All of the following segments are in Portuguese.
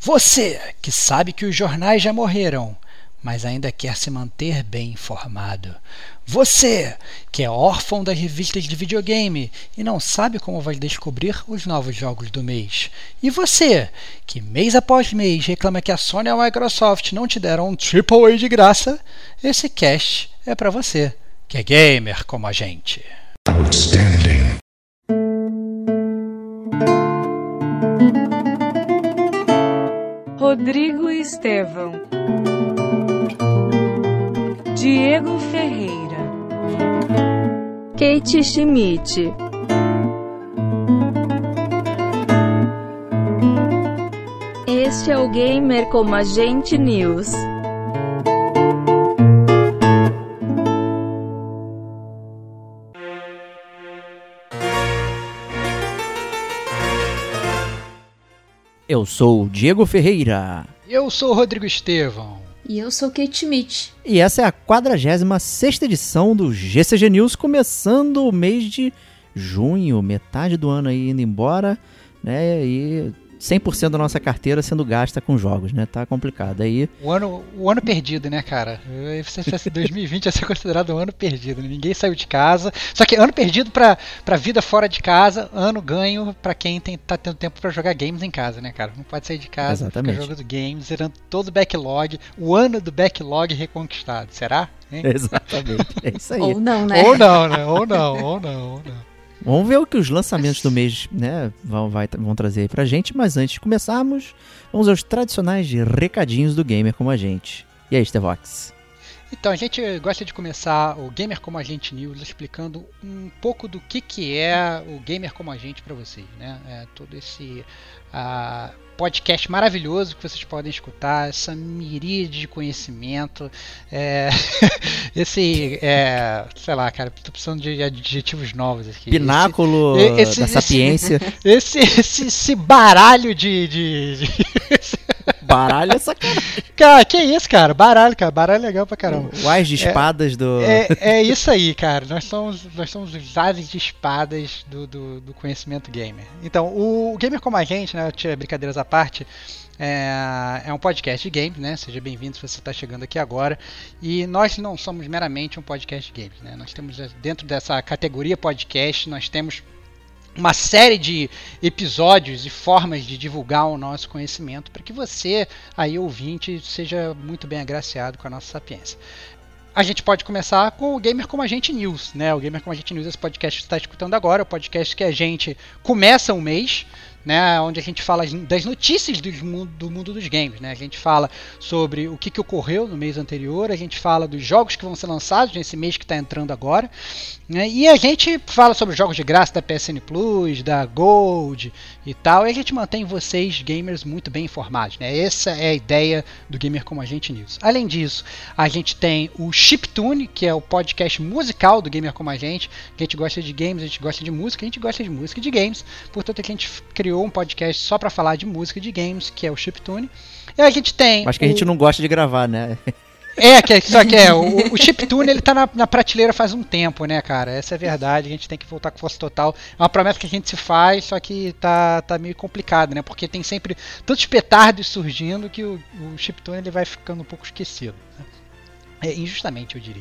Você que sabe que os jornais já morreram, mas ainda quer se manter bem informado. Você que é órfão das revistas de videogame e não sabe como vai descobrir os novos jogos do mês. E você que mês após mês reclama que a Sony e a Microsoft não te deram um AAA de graça, esse cast é para você, que é gamer como a gente. Outstanding. Rodrigo Estevão, Diego Ferreira, Kate Schmidt, este é o Gamer como a gente News. Eu sou o Diego Ferreira. Eu sou o Rodrigo Estevão. E eu sou Kate Schmidt. E essa é a 46ª edição do GCG News, começando o mês de junho, metade do ano aí indo embora, né? E 100% da nossa carteira sendo gasta com jogos, né? Tá complicado aí. O ano perdido, né, cara? Se fosse 2020 ia ser considerado um ano perdido, né? Ninguém saiu de casa. Só que ano perdido pra vida fora de casa, ano ganho pra quem tá tendo tempo pra jogar games em casa, né, cara? Não pode sair de casa, exatamente, fica jogando games, zerando todo o backlog, o ano do backlog reconquistado. Será? Hein? Exatamente, é isso aí. Ou não, né? Ou não. Vamos ver o que os lançamentos do mês, né, vão trazer aí pra gente, mas antes de começarmos, vamos aos tradicionais recadinhos do Gamer Como a Gente. E aí, Stevox? Então, a gente gosta de começar o Gamer Como a Gente News explicando um pouco do que é o Gamer Como a Gente para vocês, né? Todo esse podcast maravilhoso que vocês podem escutar, essa miríade de conhecimento, sei lá, cara, tô precisando de adjetivos novos aqui. Pináculo da sapiência. Esse baralho de baralho é sacanagem. Cara, que isso, cara? Baralho é legal pra caramba. O as de espadas do... É isso aí, cara. Nós somos os ases de espadas do conhecimento gamer. Então, o Gamer Como a Gente, né, tira brincadeiras à parte, é um podcast de games, né? Seja bem-vindo se você está chegando aqui agora. E nós não somos meramente um podcast de games, né? Nós temos, dentro dessa categoria podcast, nós temos uma série de episódios e formas de divulgar o nosso conhecimento para que você, aí ouvinte, seja muito bem agraciado com a nossa sapiência. A gente pode começar com o Gamer Como a Gente News, né? O Gamer Como a Gente News, esse podcast que você está escutando agora, é o podcast que a gente começa um mês, né, onde a gente fala das notícias do mundo dos games, né? A gente fala sobre o que ocorreu no mês anterior, a gente fala dos jogos que vão ser lançados nesse mês que está entrando agora, né? E a gente fala sobre os jogos de graça da PSN Plus, da Gold e tal, e a gente mantém vocês, gamers, muito bem informados, né? Essa é a ideia do Gamer Como a Gente News. Além disso, a gente tem o Chiptune, que é o podcast musical do Gamer Como a gente gosta de games, a gente gosta de música, a gente gosta de música e de games, portanto a gente criou um podcast só para falar de música e de games, que é o Chiptune. E a gente tem... Mas que a gente não gosta de gravar, né? O Chiptune, ele tá na prateleira faz um tempo, né, cara? Essa é a verdade, a gente tem que voltar com força total. É uma promessa que a gente se faz, só que tá meio complicado, né? Porque tem sempre tantos petardos surgindo que o Chiptune ele vai ficando um pouco esquecido, né? Injustamente, eu diria.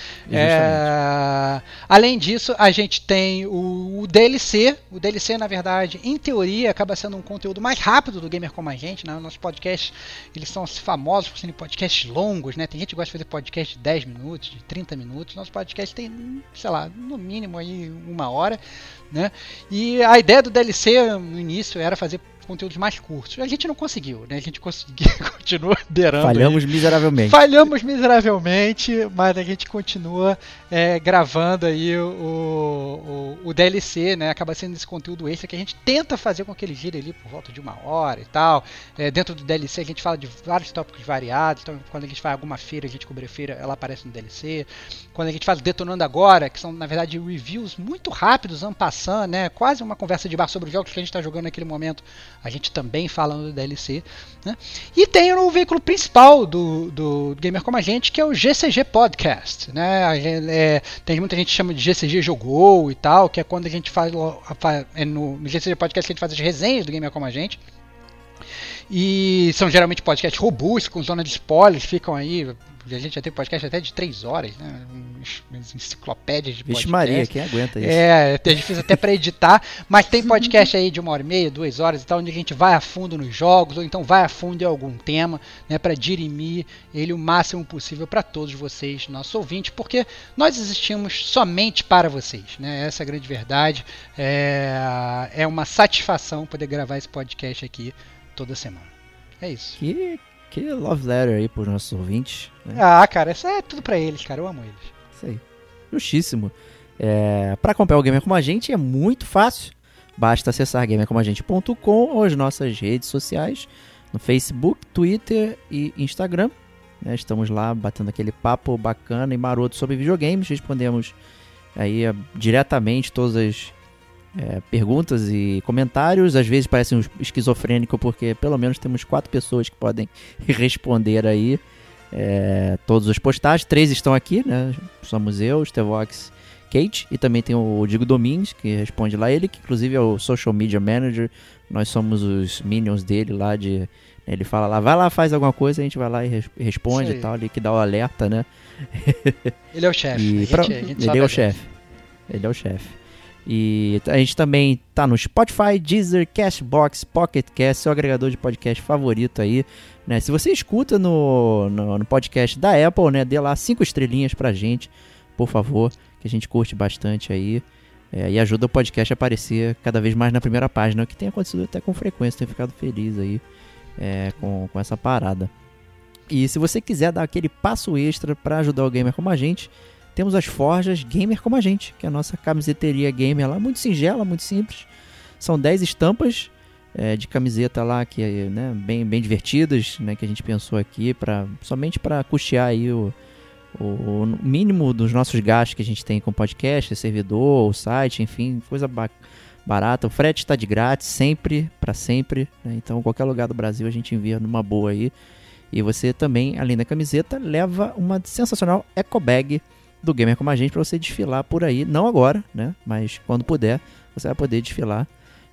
Além disso, a gente tem o DLC. O DLC, na verdade, em teoria, acaba sendo um conteúdo mais rápido do Gamer Como a Gente, né? Nossos podcasts, eles são famosos por serem podcasts longos, né? Tem gente que gosta de fazer podcast de 10 minutos, de 30 minutos. Nosso podcast tem, sei lá, no mínimo aí 1 hora, né? E a ideia do DLC no início era fazer conteúdos mais curtos. A gente não conseguiu, né? A gente continua derando. Falhamos miseravelmente, mas a gente continua gravando aí o DLC, né? Acaba sendo esse conteúdo extra que a gente tenta fazer com que ele gire ali por volta de 1 hora e tal. Dentro do DLC a gente fala de vários tópicos variados. Então, quando a gente faz alguma feira, a gente cobre a feira, ela aparece no DLC. Quando a gente faz Detonando Agora, que são, na verdade, reviews muito rápidos, en passant, né? Quase uma conversa de bar sobre os jogos que a gente está jogando naquele momento. A gente também fala no DLC, né? E tem o veículo principal do Gamer Como a Gente, que é o GCG Podcast, né? Tem muita gente que chama de GCG Jogou e tal, que é quando a gente faz no GCG Podcast que a gente faz as resenhas do Gamer Como a Gente. E são geralmente podcasts robustos, com zona de spoilers, ficam aí. A gente já tem podcast até de 3 horas, né? Umas enciclopédias de podcast. Vixe Maria, quem aguenta isso? É difícil até para editar, mas tem podcast aí de 1h30, 2 horas e tal, onde a gente vai a fundo nos jogos, ou então vai a fundo em algum tema, né? Para dirimir ele o máximo possível para todos vocês, nossos ouvintes, porque nós existimos somente para vocês, né? Essa é a grande verdade. É uma satisfação poder gravar esse podcast aqui toda semana. É isso. Que love letter aí pros nossos ouvintes, né? Cara, isso é tudo pra eles, cara. Eu amo eles. Isso aí. Justíssimo. Pra acompanhar o Gamer Como a Gente é muito fácil. Basta acessar gamercomagente.com ou as nossas redes sociais, no Facebook, Twitter e Instagram. Né? Estamos lá batendo aquele papo bacana e maroto sobre videogames. Respondemos aí diretamente todas as perguntas e comentários. Às vezes parece um esquizofrênico, porque pelo menos temos 4 pessoas que podem responder aí todos os postagens. 3 estão aqui, né? Somos eu, Stevox, Kate, e também tem o Diego Domingues, que responde lá, ele que inclusive é o Social Media Manager. Nós somos os minions dele lá ele fala lá, vai lá, faz alguma coisa, a gente vai lá e responde e tal, ali que dá o alerta, né? Ele é o chefe. Ele é o chefe. E a gente também tá no Spotify, Deezer, Castbox, Pocket Cast, seu agregador de podcast favorito aí, né? Se você escuta no podcast da Apple, né, dê lá 5 estrelinhas pra gente, por favor, que a gente curte bastante aí, e ajuda o podcast a aparecer cada vez mais na primeira página, o que tem acontecido até com frequência, tenho ficado feliz aí com essa parada. E se você quiser dar aquele passo extra pra ajudar o gamer como a gente, temos as forjas Gamer Como a Gente, que é a nossa camiseteria gamer lá, muito singela, muito simples. São 10 estampas de camiseta lá, que né, bem divertidas, né, que a gente pensou aqui, somente para custear aí o mínimo dos nossos gastos que a gente tem com podcast, servidor, o site, enfim, coisa barata. O frete está de grátis, sempre, para sempre, né? Então qualquer lugar do Brasil a gente envia numa boa aí. E você também, além da camiseta, leva uma sensacional eco bag do Gamer Como a Gente para você desfilar por aí, não agora, né? Mas quando puder, você vai poder desfilar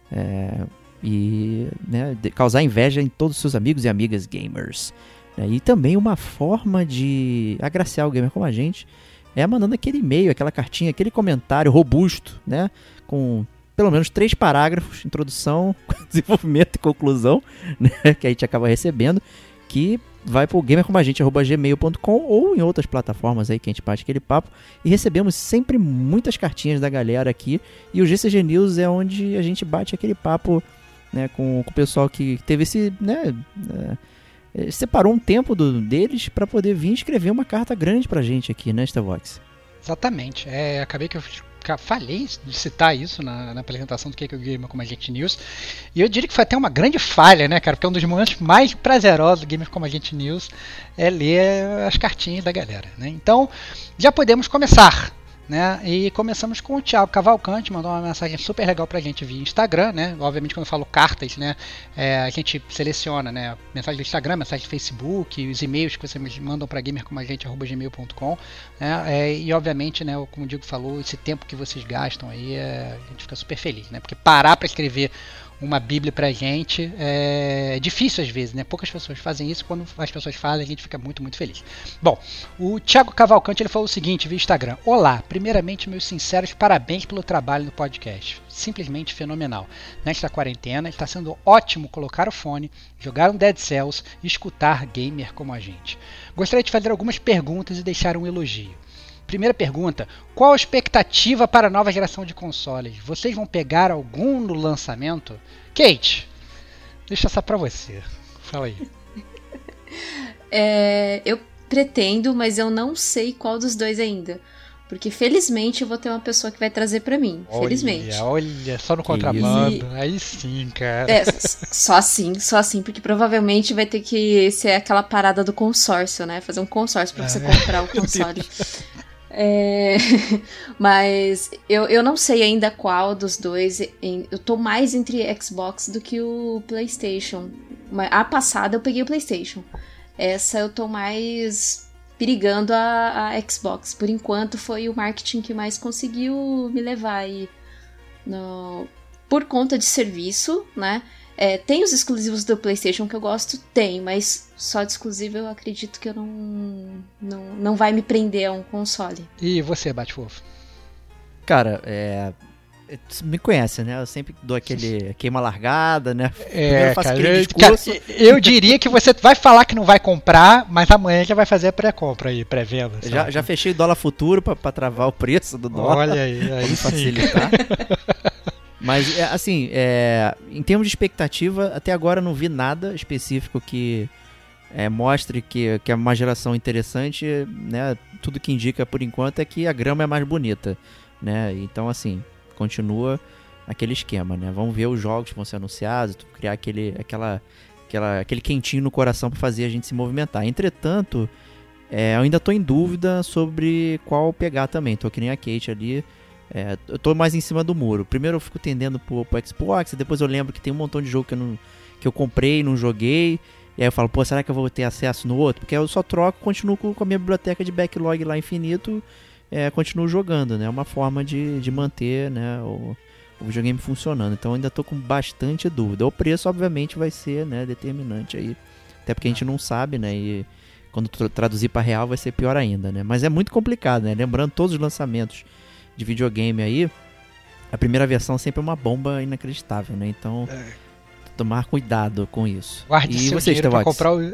e né, causar inveja em todos os seus amigos e amigas gamers. E também uma forma de agraciar o Gamer Como a Gente é mandando aquele e-mail, aquela cartinha, aquele comentário robusto, né? Com pelo menos 3 parágrafos, introdução, desenvolvimento e conclusão, né? Que a gente acaba recebendo, que vai para o gamercomagente@gmail.com ou em outras plataformas aí que a gente bate aquele papo, e recebemos sempre muitas cartinhas da galera aqui, e o GCG News é onde a gente bate aquele papo, né, com o pessoal que teve esse, né, separou um tempo deles para poder vir escrever uma carta grande pra gente aqui, né, Stevox? Exatamente, acabei que eu falei de citar isso na apresentação do que é o Gamer Como a Gente News, e eu diria que foi até uma grande falha, né, cara, porque um dos momentos mais prazerosos do Gamer Como a Gente News é ler as cartinhas da galera, né? Então, já podemos começar, né? E começamos com o Thiago Cavalcante, mandou uma mensagem super legal pra gente via Instagram, né? Obviamente, quando eu falo cartas, né, a gente seleciona, né, mensagem do Instagram, mensagem do Facebook, os e-mails que vocês mandam para gamercomagente@gmail.com, né? E obviamente, né, como o Diego falou, esse tempo que vocês gastam aí, a gente fica super feliz, né? Porque parar para escrever uma bíblia pra gente é difícil às vezes, né? Poucas pessoas fazem isso, quando as pessoas fazem a gente fica muito, muito feliz. Bom, o Thiago Cavalcante ele falou o seguinte via Instagram: olá, primeiramente meus sinceros parabéns pelo trabalho no podcast, simplesmente fenomenal. Nesta quarentena está sendo ótimo colocar o fone, jogar um Dead Cells e escutar gamer como a gente. Gostaria de fazer algumas perguntas e deixar um elogio. Primeira pergunta: qual a expectativa para a nova geração de consoles? Vocês vão pegar algum no lançamento? Kate, deixa essa pra você. Fala aí. Eu pretendo, mas eu não sei qual dos dois ainda. Porque felizmente eu vou ter uma pessoa que vai trazer pra mim. Felizmente. Olha, só no contrabando. Aí sim, cara. Só assim, porque provavelmente vai ter que ser aquela parada do consórcio, né? Fazer um consórcio pra você comprar o console. Mas eu não sei ainda qual dos dois. Eu tô mais entre Xbox do que o PlayStation. A passada eu peguei o PlayStation. Essa eu tô mais perigando a Xbox. Por enquanto foi o marketing que mais conseguiu me levar aí por conta de serviço, né? Tem os exclusivos do PlayStation que eu gosto? Tem, mas só de exclusivo eu acredito que eu não vai me prender a um console. E você, Bate-Fofo? Cara, tu me conhece, né? Eu sempre dou aquele queima largada, né? Eu diria que você vai falar que não vai comprar, mas amanhã já vai fazer a pré-compra aí, pré-venda. Já fechei o dólar futuro pra travar o preço do dólar. Olha aí sim. Facilitar. Mas, assim, em termos de expectativa, até agora eu não vi nada específico que mostre que é uma geração interessante, né? Tudo que indica, por enquanto, é que a grama é mais bonita, né? Então, assim, continua aquele esquema, né? Vamos ver os jogos que vão ser anunciados, criar aquele quentinho no coração para fazer a gente se movimentar. Entretanto, eu ainda tô em dúvida sobre qual pegar também. Tô que nem a Kate ali. Eu tô mais em cima do muro. Primeiro eu fico tendendo pro Xbox, depois eu lembro que tem um montão de jogo que eu comprei e não joguei. E aí eu falo, pô, será que eu vou ter acesso no outro? Porque eu só troco, continuo com a minha biblioteca de backlog lá infinito, continuo jogando, né? É uma forma de manter, né, o videogame funcionando. Então eu ainda tô com bastante dúvida. O preço, obviamente, vai ser, né, determinante aí. Até porque a gente não sabe, né? E quando traduzir para real vai ser pior ainda, né? Mas é muito complicado, né? Lembrando todos os lançamentos de videogame aí, a primeira versão sempre é uma bomba inacreditável, né? Então, tomar cuidado com isso. Guarde seu dinheiro pra comprar o...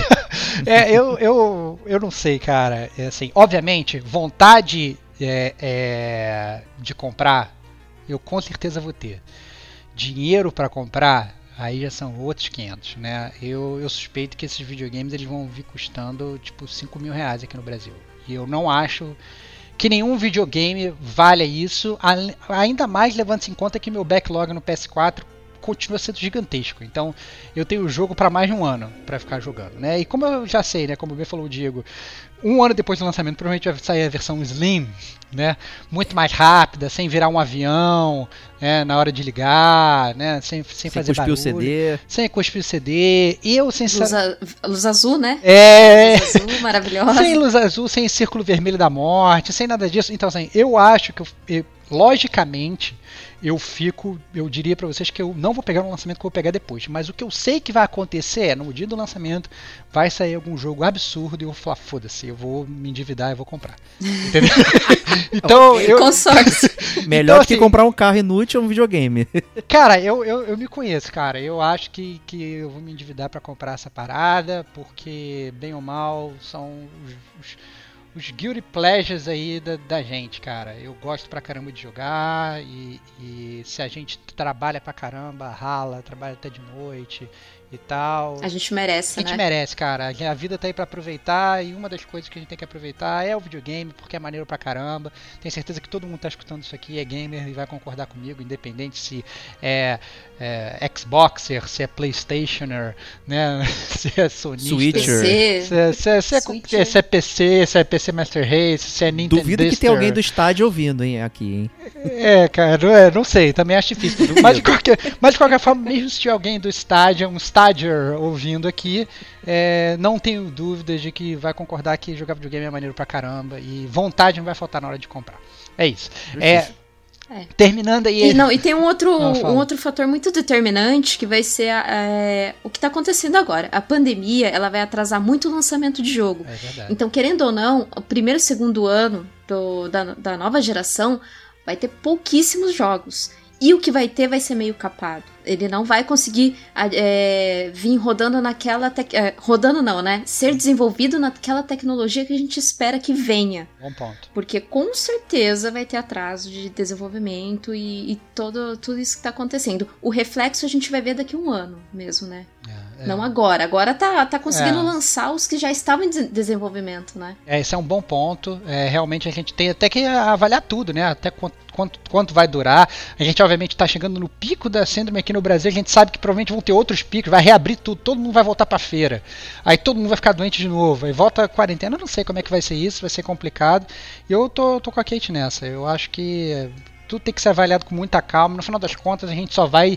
eu não sei, cara. Assim, obviamente, vontade de comprar, eu com certeza vou ter. Dinheiro pra comprar, aí já são outros 500, né? Eu suspeito que esses videogames eles vão vir custando tipo 5 mil reais aqui no Brasil. E eu não acho que nenhum videogame valha isso, ainda mais levando-se em conta que meu backlog no PS4 continua sendo gigantesco. Então eu tenho o jogo para mais de um ano para ficar jogando, né? E como eu já sei, né, como bem falou o Diego, um ano depois do lançamento provavelmente vai sair a versão Slim, né? Muito mais rápida, sem virar um avião, né, na hora de ligar, né? Sem fazer barulho. Sem cuspir o CD. Luz azul, né? Luz azul, maravilhosa. Sem luz azul, sem círculo vermelho da morte, sem nada disso. Então, assim, eu acho que logicamente eu diria pra vocês que eu não vou pegar no lançamento, que eu vou pegar depois, mas o que eu sei que vai acontecer é, no dia do lançamento vai sair algum jogo absurdo e eu vou falar, foda-se, eu vou me endividar e vou comprar, entendeu? Então, consórcio. Melhor então, do que comprar um carro inútil ou um videogame. Cara, eu me conheço, cara, eu acho que eu vou me endividar pra comprar essa parada, porque bem ou mal são os guilty pleasures aí da gente, cara. Eu gosto pra caramba de jogar e se a gente trabalha pra caramba, rala, trabalha até de noite e tal. A gente merece, né? A gente merece, cara. A vida tá aí pra aproveitar e uma das coisas que a gente tem que aproveitar é o videogame, porque é maneiro pra caramba. Tenho certeza que todo mundo tá escutando isso aqui é gamer e vai concordar comigo, independente se é Xboxer, se é Playstationer, né? Se é Sonista, Switcher, se é PC, se é PC Master Race, se é Nintendo. Duvido que tem alguém do estádio ouvindo, hein, aqui, hein? Cara, não sei, também acho difícil. Mas de qualquer forma, mesmo se tiver alguém do estádio, um Stadier ouvindo aqui, não tenho dúvidas de que vai concordar que jogar videogame é maneiro pra caramba e vontade não vai faltar na hora de comprar. É isso. Terminando aí. E tem um outro fator muito determinante que vai ser o que está acontecendo agora. A pandemia ela vai atrasar muito o lançamento de jogo. É verdade. Então, querendo ou não, o primeiro e segundo ano da nova geração vai ter pouquíssimos jogos. E o que vai ter vai ser meio capado. Ele não vai conseguir vir rodando naquela... rodando não, né? Ser desenvolvido naquela tecnologia que a gente espera que venha. Bom ponto. Porque com certeza vai ter atraso de desenvolvimento e tudo isso que está acontecendo. O reflexo a gente vai ver daqui a um ano mesmo, né? Não agora. Agora tá conseguindo lançar os que já estavam em desenvolvimento, né? Esse é um bom ponto. Realmente a gente tem até que avaliar tudo, né? Até quanto vai durar. A gente obviamente está chegando no pico da síndrome aqui no Brasil. A gente sabe que provavelmente vão ter outros picos. Vai reabrir tudo. Todo mundo vai voltar pra feira. Aí todo mundo vai ficar doente de novo. Aí volta a quarentena. Eu não sei como é que vai ser isso. Vai ser complicado. E eu tô com a Kate nessa. Eu acho que tudo tem que ser avaliado com muita calma. No final das contas a gente só vai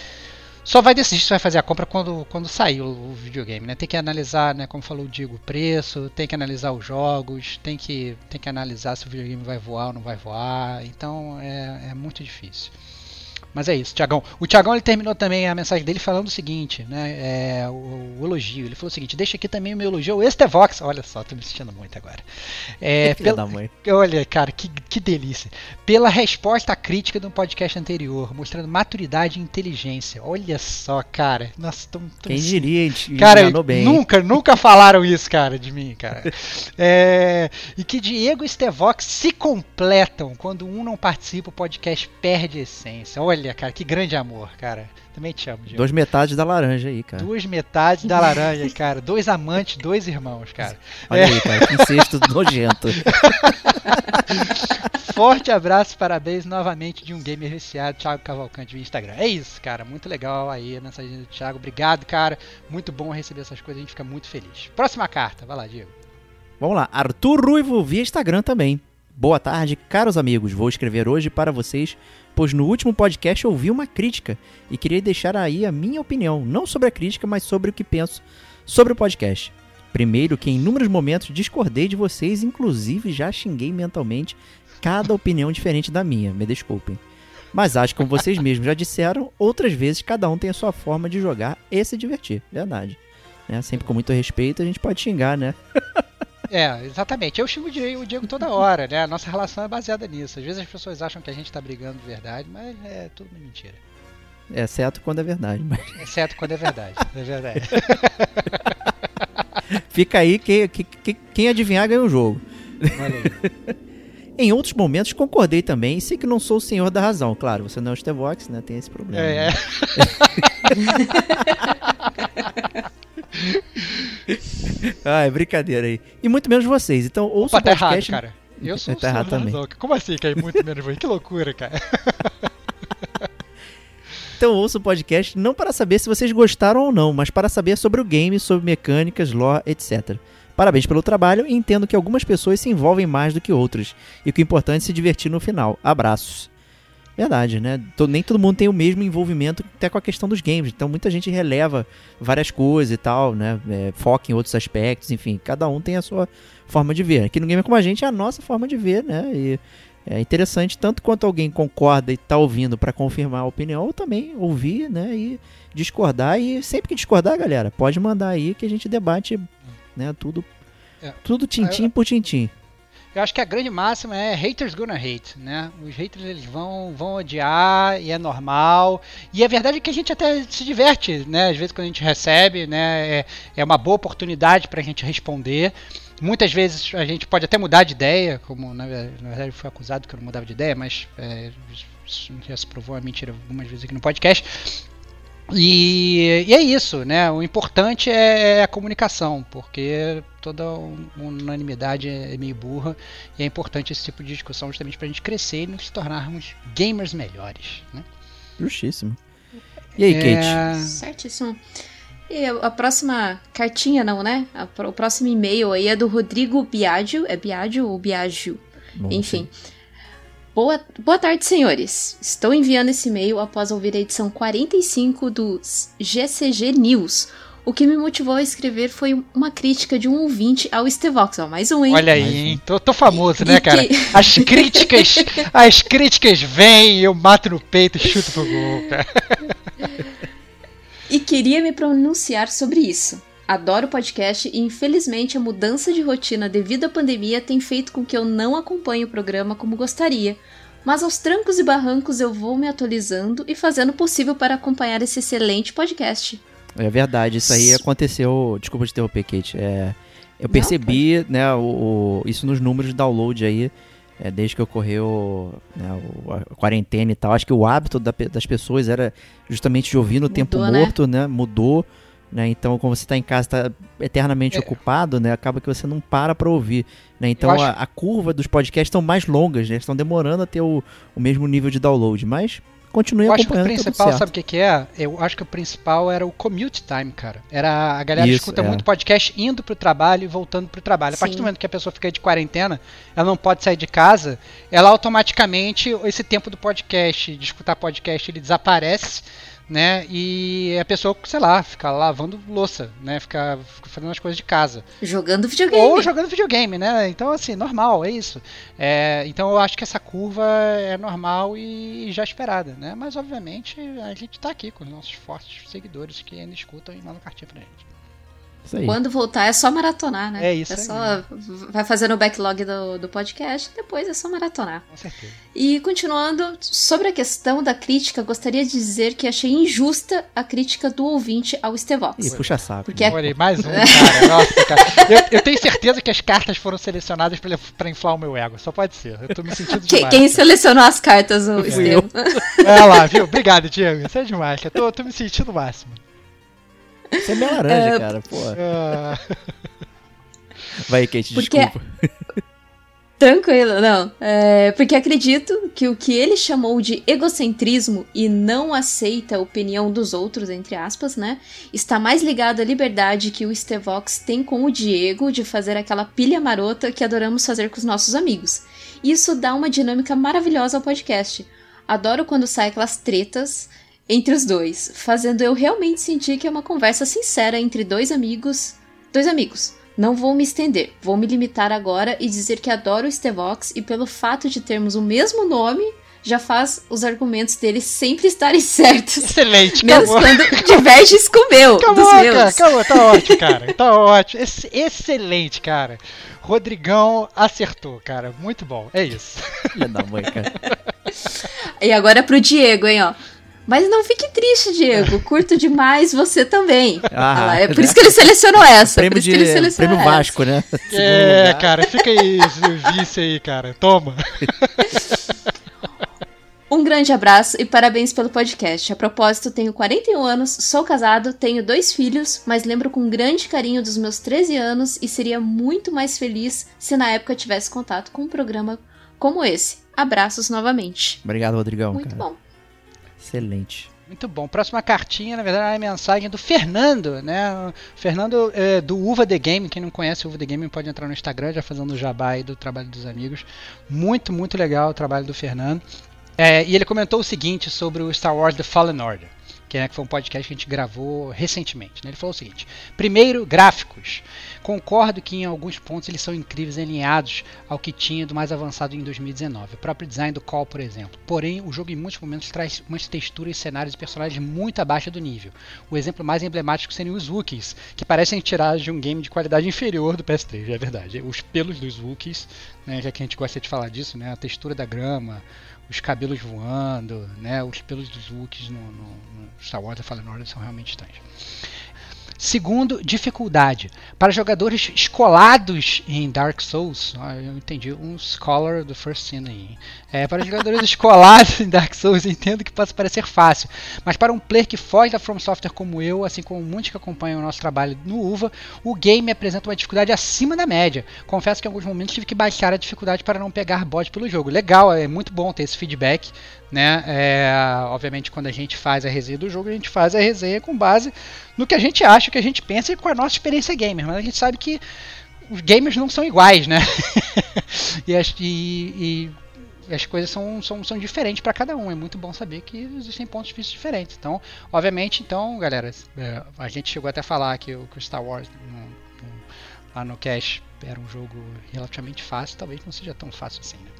decidir se vai fazer a compra quando sair o videogame, né? Tem que analisar, né, como falou o Diego, o preço, tem que analisar os jogos, tem que analisar se o videogame vai voar ou não vai voar. Então é muito difícil. Mas é isso, Thiagão. O Thiagão, ele terminou também a mensagem dele falando o seguinte, né? O elogio. Ele falou o seguinte: deixa aqui também o meu elogio ao Estevox. Olha só, tô me sentindo muito agora. Da mãe. Olha, cara, que delícia. Pela resposta à crítica do podcast anterior, mostrando maturidade e inteligência. Olha só, cara. Nossa, quem diria, cara, bem. Nunca falaram isso, cara, de mim, cara. E que Diego e Estevox se completam. Quando um não participa, o podcast perde a essência. Olha, cara, que grande amor, cara. Também te amo, Diego. 2 metades da laranja aí, cara. 2 metades da laranja, cara. 2 amantes, 2 irmãos, cara. Olha aí, cara, que incesto nojento. Forte abraço, parabéns novamente de um gamer viciado, Thiago Cavalcante do Instagram. É isso, cara, muito legal aí a mensagem do Thiago. Obrigado, cara. Muito bom receber essas coisas, a gente fica muito feliz. Próxima carta, vai lá, Diego. Vamos lá, Arthur Ruivo via Instagram também. Boa tarde, caros amigos. Vou escrever hoje para vocês, pois no último podcast ouvi uma crítica e queria deixar aí a minha opinião, não sobre a crítica, mas sobre o que penso sobre o podcast. Primeiro, que em inúmeros momentos discordei de vocês, inclusive já xinguei mentalmente cada opinião diferente da minha, me desculpem. Mas acho que, como vocês mesmos já disseram, outras vezes cada um tem a sua forma de jogar e se divertir, verdade. Né? Sempre com muito respeito, a gente pode xingar, né? Exatamente. Eu xingo o Diego toda hora, né? A nossa relação é baseada nisso. Às vezes as pessoas acham que a gente tá brigando de verdade, mas é tudo mentira. Exceto quando é verdade. Mas... Exceto quando é verdade. É verdade. Fica aí, quem adivinhar ganha o jogo. Olha aí. Em outros momentos concordei também e sei que não sou o senhor da razão. Claro, você não é o Estevox, né? Tem esse problema. Né? É brincadeira aí. E muito menos vocês. Então ouça o podcast. Tá errado, cara. Eu sou o senhor da razão. Como assim, que é muito menos você? Que loucura, cara. Então ouça o podcast não para saber se vocês gostaram ou não, mas para saber sobre o game, sobre mecânicas, lore, etc. Parabéns pelo trabalho e entendo que algumas pessoas se envolvem mais do que outras. E que o importante é se divertir no final. Abraços. Verdade, né? Nem todo mundo tem o mesmo envolvimento até com a questão dos games. Então muita gente releva várias coisas e tal, né? Foca em outros aspectos, enfim. Cada um tem a sua forma de ver. Aqui no Gamer Como a Gente é a nossa forma de ver, né? E é interessante tanto quanto alguém concorda e tá ouvindo para confirmar a opinião, ou também ouvir, né? E discordar. E sempre que discordar, galera, pode mandar aí que a gente debate, né? Tudo tintim por tintim. Eu acho que a grande máxima é haters gonna hate, né? Os haters eles vão odiar e é normal. E a verdade é que a gente até se diverte, né? Às vezes quando a gente recebe, né? É uma boa oportunidade pra gente responder. Muitas vezes a gente pode até mudar de ideia, como na verdade eu fui acusado que eu não mudava de ideia, mas já se provou a mentira algumas vezes aqui no podcast. E é isso, né? O importante é a comunicação, porque toda unanimidade é meio burra e é importante esse tipo de discussão justamente pra gente crescer e nos tornarmos gamers melhores, né? Justíssimo. E aí, Kate? Certíssimo. E a próxima cartinha não, né? O próximo e-mail aí é do Rodrigo Biagio. É Biagio ou Biagio? Bom, enfim. Boa tarde, senhores. Estou enviando esse e-mail após ouvir a edição 45 do GCG News. O que me motivou a escrever foi uma crítica de um ouvinte ao Estevox. Ó, mais um, hein? Olha aí, hein? Tô famoso, né, cara? As críticas vêm, eu mato no peito e chuto pro gol, cara. E queria me pronunciar sobre isso. Adoro o podcast e, infelizmente, a mudança de rotina devido à pandemia tem feito com que eu não acompanhe o programa como gostaria. Mas aos trancos e barrancos eu vou me atualizando e fazendo o possível para acompanhar esse excelente podcast. É verdade, isso aí aconteceu... Desculpa te interromper, Kate. Eu percebi, né, isso nos números de download aí, desde que ocorreu, né, a quarentena e tal. Acho que o hábito das pessoas era justamente de ouvir no tempo morto, né? Mudou. Né? Então, como você está em casa, está eternamente ocupado, né? Acaba que você não para ouvir. Né? Então, a curva dos podcasts estão mais longas, né? Estão demorando a ter o mesmo nível de download, mas continue acompanhando. Eu acho que o principal, sabe o que é? Eu acho que o principal era o commute time, cara. A galera escuta muito podcast indo pro trabalho e voltando pro trabalho. A partir do momento que a pessoa fica de quarentena, ela não pode sair de casa, ela automaticamente, esse tempo do podcast, de escutar podcast, ele desaparece né? E a pessoa, sei lá, fica lavando louça, né? Fica fazendo as coisas de casa. Jogando videogame. Ou jogando videogame, né? Então, assim, normal, é isso. Então eu acho que essa curva é normal e já esperada, né? Mas, obviamente, a gente tá aqui com os nossos fortes seguidores que ainda escutam e mandam cartinha pra gente. Isso aí. Quando voltar é só maratonar, né? É isso aí. Só vai fazendo o backlog do podcast, depois é só maratonar. Com certeza. E continuando, sobre a questão da crítica, gostaria de dizer que achei injusta a crítica do ouvinte ao Stevox. Ih, puxa saco. Porque Olha, mais um, cara. Nossa, cara. Eu tenho certeza que as cartas foram selecionadas pra inflar o meu ego. Só pode ser. Eu tô me sentindo demais. Quem selecionou as cartas, o Estevam? Olha lá, viu? Obrigado, Diego. Isso é demais. Eu tô me sentindo o máximo. Você é meio laranja, cara, pô. Vai, Kate, Porque- desculpa. Tranquilo, não. Porque acredito que o que ele chamou de egocentrismo e não aceita a opinião dos outros, entre aspas, né? Está mais ligado à liberdade que o Stevox tem com o Diego de fazer aquela pilha marota que adoramos fazer com os nossos amigos. Isso dá uma dinâmica maravilhosa ao podcast. Adoro quando saem aquelas tretas entre os dois, fazendo eu realmente sentir que é uma conversa sincera entre dois amigos. Não vou me estender, vou me limitar agora e dizer que adoro o Stevox e pelo fato de termos o mesmo nome, já faz os argumentos dele sempre estarem certos. Excelente, Menos acabou. quando diverges com o meu, Acabou, dos cara, meus. acabou, tá ótimo, cara. Tá ótimo. Excelente, cara. Rodrigão acertou, cara. Muito bom. É isso. Filha da mãe, cara. E agora é pro Diego, hein, ó. Mas não fique triste, Diego. Curto demais você também. Ah, Olha lá, é por né? isso que ele selecionou essa. Prêmio, por isso que ele selecionou prêmio essa. Vasco, né? Segundo É, lugar. cara, fica aí esse vice aí, cara. Toma. Um grande abraço e parabéns pelo podcast. A propósito, tenho 41 anos, sou casado, tenho 2 filhos, mas lembro com grande carinho dos meus 13 anos e seria muito mais feliz se na época tivesse contato com um programa como esse. Abraços novamente. Obrigado, Rodrigão, Muito cara. bom. Excelente. Muito bom. Próxima cartinha, na verdade, é a mensagem do Fernando, né? O Fernando do Uva The Game. Quem não conhece o Uva The Game pode entrar no Instagram, já fazendo o jabá aí do trabalho dos amigos. Muito, muito legal o trabalho do Fernando. E ele comentou o seguinte sobre o Star Wars The Fallen Order, que foi um podcast que a gente gravou recentemente, né? Ele falou o seguinte: primeiro, gráficos. Concordo que em alguns pontos eles são incríveis e alinhados ao que tinha do mais avançado em 2019. O próprio design do Call, por exemplo. Porém, o jogo em muitos momentos traz umas texturas, cenários e personagens muito abaixo do nível. O exemplo mais emblemático seriam os Wookiees, que parecem tirados de um game de qualidade inferior do PS3, é verdade. Os pelos dos Wookiees, né, já que a gente gosta de falar disso, né, a textura da grama, os cabelos voando, né, os pelos dos Wookiees no Star Wars The Fallen Order são realmente estranhos. Segundo, dificuldade. Para jogadores escolados em Dark Souls, eu entendi, um scholar do First Sin aí. Para jogadores escolados em Dark Souls, eu entendo que possa parecer fácil, mas para um player que foge da From Software como eu, assim como muitos que acompanham o nosso trabalho no UVA, o game apresenta uma dificuldade acima da média. Confesso que em alguns momentos tive que baixar a dificuldade para não pegar bot pelo jogo. Legal, é muito bom ter esse feedback, né? Obviamente, quando a gente faz a resenha do jogo, a gente faz a resenha com base no que a gente acha, o que a gente pensa e com a nossa experiência gamer, mas a gente sabe que os gamers não são iguais, né? e as coisas são diferentes para cada um. É muito bom saber que existem pontos de vista diferentes. Então, obviamente, galera, a gente chegou até a falar que o Star Wars lá no Cash era um jogo relativamente fácil, talvez não seja tão fácil assim, né?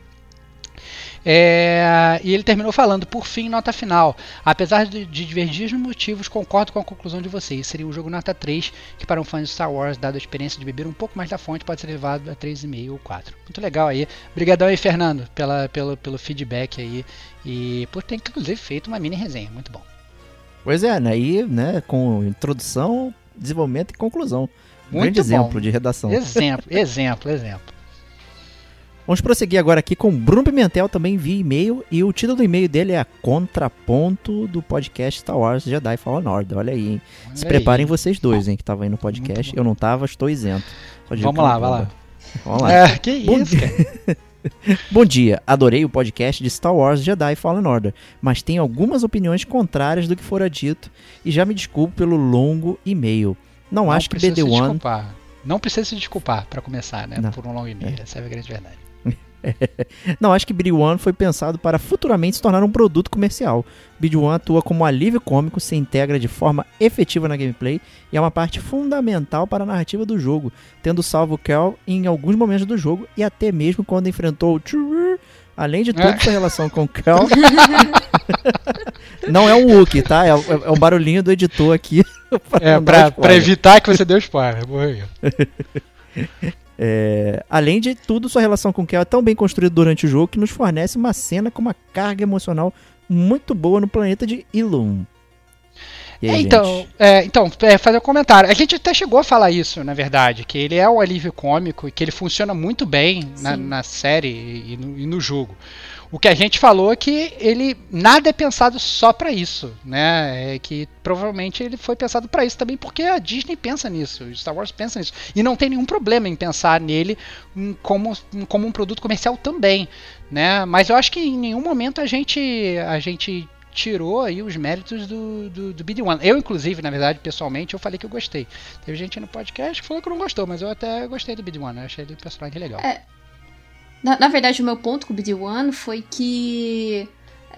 E ele terminou falando: por fim, nota final. Apesar de divergir nos motivos, concordo com a conclusão de vocês. Seria um jogo nota 3, que para um fã de Star Wars, dada a experiência de beber um pouco mais da fonte, pode ser levado a 3,5 ou 4. Muito legal aí. Obrigadão aí, Fernando, pelo feedback aí e por ter inclusive feito uma mini resenha. Muito bom. Pois é, aí, né, com introdução, desenvolvimento e conclusão. Um Muito grande exemplo bom. de redação. Exemplo. Vamos prosseguir agora aqui com o Bruno Pimentel, também via e-mail, e o título do e-mail dele é Contraponto do podcast Star Wars Jedi Fallen Order. Olha aí, hein? Olha Se aí. preparem vocês dois, hein, que estavam aí no podcast. Muito bom. Eu não tava, estou isento. Só digo Vamos que lá, não vai tava. lá. Vamos lá. Que Bom isso, cara. Bom dia, adorei o podcast de Star Wars Jedi Fallen Order, mas tenho algumas opiniões contrárias do que fora dito e já me desculpo pelo longo e-mail. Não acho que precisa se BD-1... desculpar. Não precisa se desculpar para começar, né? Não. Por um longo e-mail. Essa é a grande verdade. Não, acho que BD-1 foi pensado para futuramente se tornar um produto comercial. BD-1 atua como um alívio cômico, se integra de forma efetiva na gameplay e é uma parte fundamental para a narrativa do jogo, tendo salvo Kel em alguns momentos do jogo e até mesmo quando enfrentou o Trrr. Além de tudo, sua relação com Kel não é um Wookie, tá? É um barulhinho do editor aqui. Pra evitar que você dê o spoiler. Morreu. Além de tudo, sua relação com Kel é tão bem construída durante o jogo que nos fornece uma cena com uma carga emocional muito boa no planeta de Ilum. E aí, fazer um comentário. A gente até chegou a falar isso, na verdade, que ele é um alívio cômico e que ele funciona muito bem na série e no jogo. O que a gente falou é que ele nada é pensado só pra isso, né? É que provavelmente ele foi pensado pra isso também, porque a Disney pensa nisso, o Star Wars pensa nisso, e não tem nenhum problema em pensar nele como um produto comercial também, né? Mas eu acho que em nenhum momento a gente tirou aí os méritos do BD-1. Eu, inclusive, na verdade, pessoalmente, eu falei que eu gostei. Teve gente no podcast que falou que não gostou, mas eu até gostei do BD-1, eu achei ele um personagem legal. Na verdade, o meu ponto com o BD-1 foi que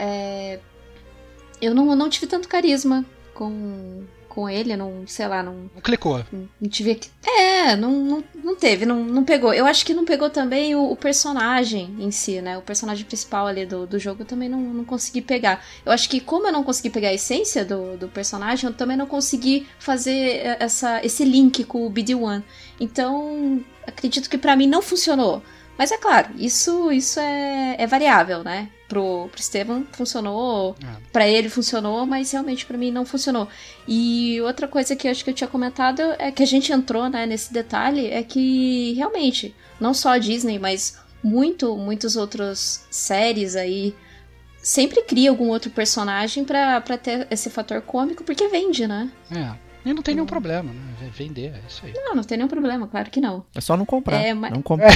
eu não tive tanto carisma com ele, não clicou. Não tive. Não teve, não pegou. Eu acho que não pegou também o personagem em si, né? O personagem principal ali do jogo eu também não consegui pegar. Eu acho que como eu não consegui pegar a essência do personagem, eu também não consegui fazer esse link com o BD-1. Então, acredito que pra mim não funcionou. Mas é claro, isso é variável, né? Pro Estevam funcionou, pra ele funcionou, mas realmente pra mim não funcionou. E outra coisa que eu acho que eu tinha comentado é que a gente entrou, né, nesse detalhe, é que realmente, não só a Disney, mas muitas outras séries aí sempre cria algum outro personagem pra ter esse fator cômico, porque vende, né? E não tem nenhum problema, né? Vender, é isso aí. Não tem nenhum problema, claro que não. É só não comprar. Não comprar.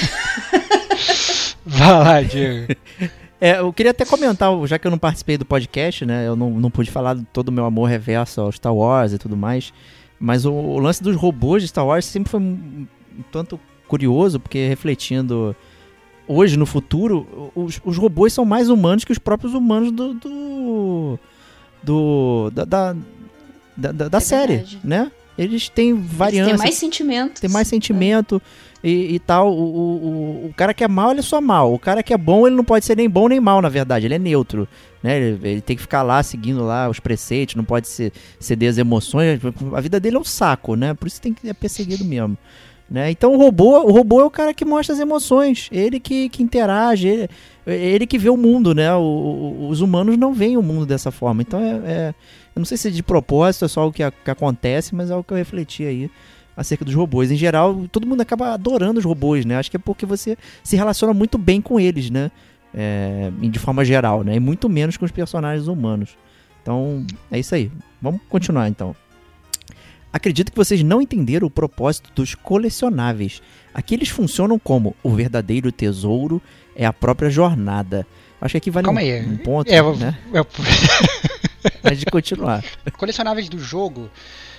Vai lá, Diego. Eu queria até comentar, já que eu não participei do podcast, né? Eu não pude falar de todo o meu amor reverso ao Star Wars e tudo mais. Mas o lance dos robôs de Star Wars sempre foi um tanto curioso, porque refletindo hoje, no futuro, os robôs são mais humanos que os próprios humanos da série, verdade, né? Eles têm variância. Eles têm mais sentimento. Tem mais sentimento e tal. O cara que é mal, ele é só mal. O cara que é bom, ele não pode ser nem bom nem mal, na verdade. Ele é neutro, né? Ele tem que ficar lá, seguindo lá os preceitos, não pode ceder às emoções. A vida dele é um saco, né? Por isso tem que ser perseguido mesmo. Né? Então o robô é o cara que mostra as emoções. Ele que interage, ele que vê o mundo, né? Os humanos não veem o mundo dessa forma. Então eu não sei se é de propósito, é só o que acontece, mas é o que eu refleti aí acerca dos robôs. Em geral, todo mundo acaba adorando os robôs, né? Acho que é porque você se relaciona muito bem com eles, né? De forma geral, né? E muito menos com os personagens humanos. Então, é isso aí. Vamos continuar, então. Acredito que vocês não entenderam o propósito dos colecionáveis. Aqui eles funcionam como o verdadeiro tesouro é a própria jornada. Acho que aqui vale um ponto, né? Antes de continuar. Colecionáveis do jogo,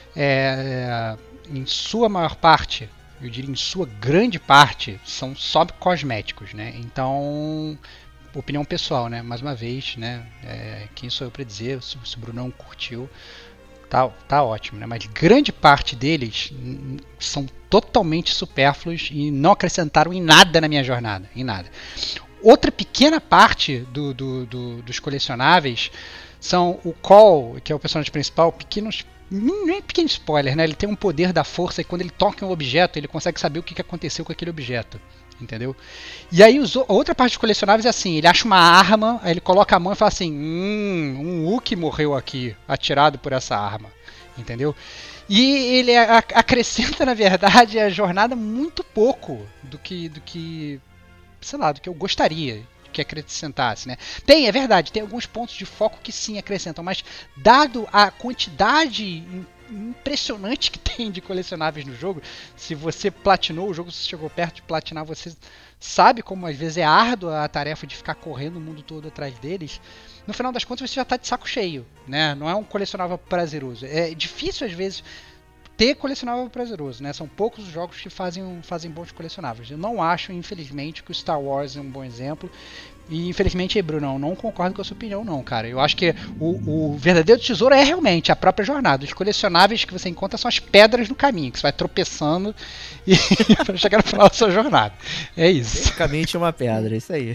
em sua maior parte, eu diria em sua grande parte, são só cosméticos, né? Então, opinião pessoal, né? Mais uma vez, né? Quem sou eu para dizer? Se o Bruno não curtiu, tá ótimo, né? Mas grande parte deles são totalmente supérfluos e não acrescentaram em nada na minha jornada, em nada. Outra pequena parte dos colecionáveis são o Cole, que é o personagem principal, nem pequeno spoiler, né? Ele tem um poder da força e quando ele toca em um objeto, ele consegue saber o que aconteceu com aquele objeto. Entendeu? E aí a outra parte dos colecionáveis é assim, ele acha uma arma, aí ele coloca a mão e fala assim, um Wookie morreu aqui, atirado por essa arma. Entendeu? E ele acrescenta, na verdade, a jornada muito pouco do que sei lá, do que eu gostaria que acrescentasse, né? É verdade, tem alguns pontos de foco que sim acrescentam, mas dado a quantidade impressionante que tem de colecionáveis no jogo, se você platinou o jogo, se chegou perto de platinar, você sabe como às vezes é árdua a tarefa de ficar correndo o mundo todo atrás deles. No final das contas você já está de saco cheio, né? Não é um colecionável prazeroso. É difícil às vezes ter colecionável prazeroso, né? São poucos os jogos que fazem bons colecionáveis. Eu não acho, infelizmente, que o Star Wars é um bom exemplo. E infelizmente, Bruno, não concordo com a sua opinião, não, cara. Eu acho que o verdadeiro tesouro é realmente a própria jornada. Os colecionáveis que você encontra são as pedras no caminho, que você vai tropeçando e para chegar no final da sua jornada. É isso. Basicamente uma pedra, isso aí.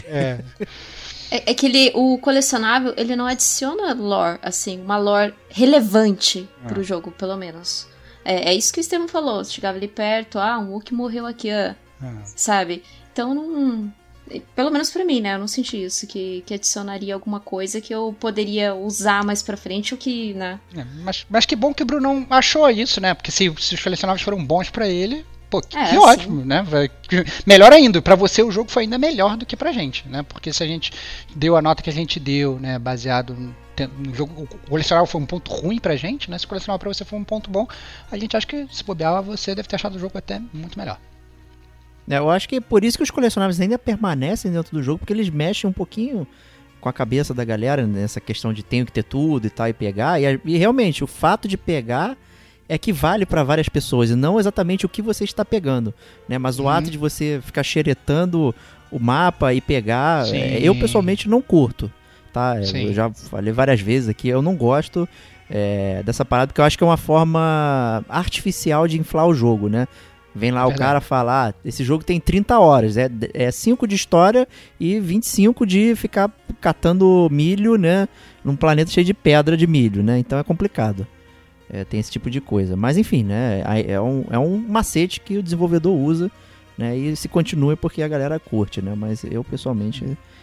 É que o colecionável, ele não adiciona lore, assim, uma lore relevante pro jogo, pelo menos. É isso que o Estevam falou. Você chegava ali perto, um Wookiee morreu aqui, sabe? Então, não... Pelo menos pra mim, né? Eu não senti isso, que adicionaria alguma coisa que eu poderia usar mais pra frente, ou que, né? Mas que bom que o Bruno não achou isso, né? Porque se os colecionáveis foram bons pra ele, pô, que sim. ótimo, né? Melhor ainda, pra você o jogo foi ainda melhor do que pra gente, né? Porque se a gente deu a nota que a gente deu, né? Baseado no jogo, o colecionável foi um ponto ruim pra gente, né? Se o colecionável pra você foi um ponto bom, a gente acha que se bobear, você deve ter achado o jogo até muito melhor. Eu acho que é por isso que os colecionáveis ainda permanecem dentro do jogo, porque eles mexem um pouquinho com a cabeça da galera nessa questão de tenho que ter tudo e tal, e pegar. E realmente, o fato de pegar é que vale para várias pessoas, e não exatamente o que você está pegando, né? Mas o ato de você ficar xeretando o mapa e pegar, eu pessoalmente não curto, tá? Eu já falei várias vezes aqui, eu não gosto dessa parada, porque eu acho que é uma forma artificial de inflar o jogo, né? Vem lá o cara falar, esse jogo tem 30 horas, é 5 de história e 25 de ficar catando milho, né, num planeta cheio de pedra de milho, né, então é complicado. Tem esse tipo de coisa, mas enfim, né, é um macete que o desenvolvedor usa, né, e se continua porque a galera curte, né, mas eu pessoalmente,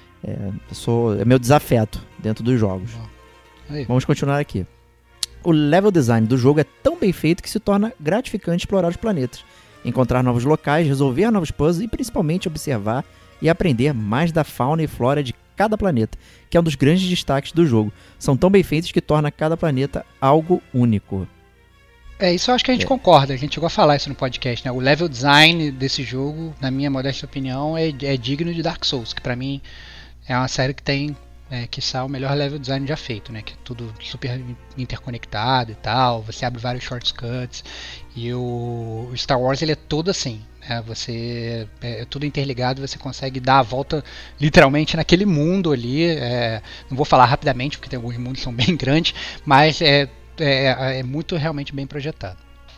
é meu desafeto dentro dos jogos. Vamos continuar aqui. O level design do jogo é tão bem feito que se torna gratificante explorar os planetas, encontrar novos locais, resolver novos puzzles e principalmente observar e aprender mais da fauna e flora de cada planeta, que é um dos grandes destaques do jogo. São tão bem feitos que torna cada planeta algo único. Isso eu acho que a gente concorda, a gente chegou a falar isso no podcast, né? O level design desse jogo, na minha modesta opinião, é digno de Dark Souls, que pra mim é uma série que tem, quiçá, o melhor level design já feito, né? Que é tudo super interconectado e tal, você abre vários shortcuts, e o Star Wars ele é todo assim, né? Você é tudo interligado, você consegue dar a volta literalmente naquele mundo ali, não vou falar rapidamente porque tem alguns mundos que são bem grandes, mas é muito realmente bem projetado.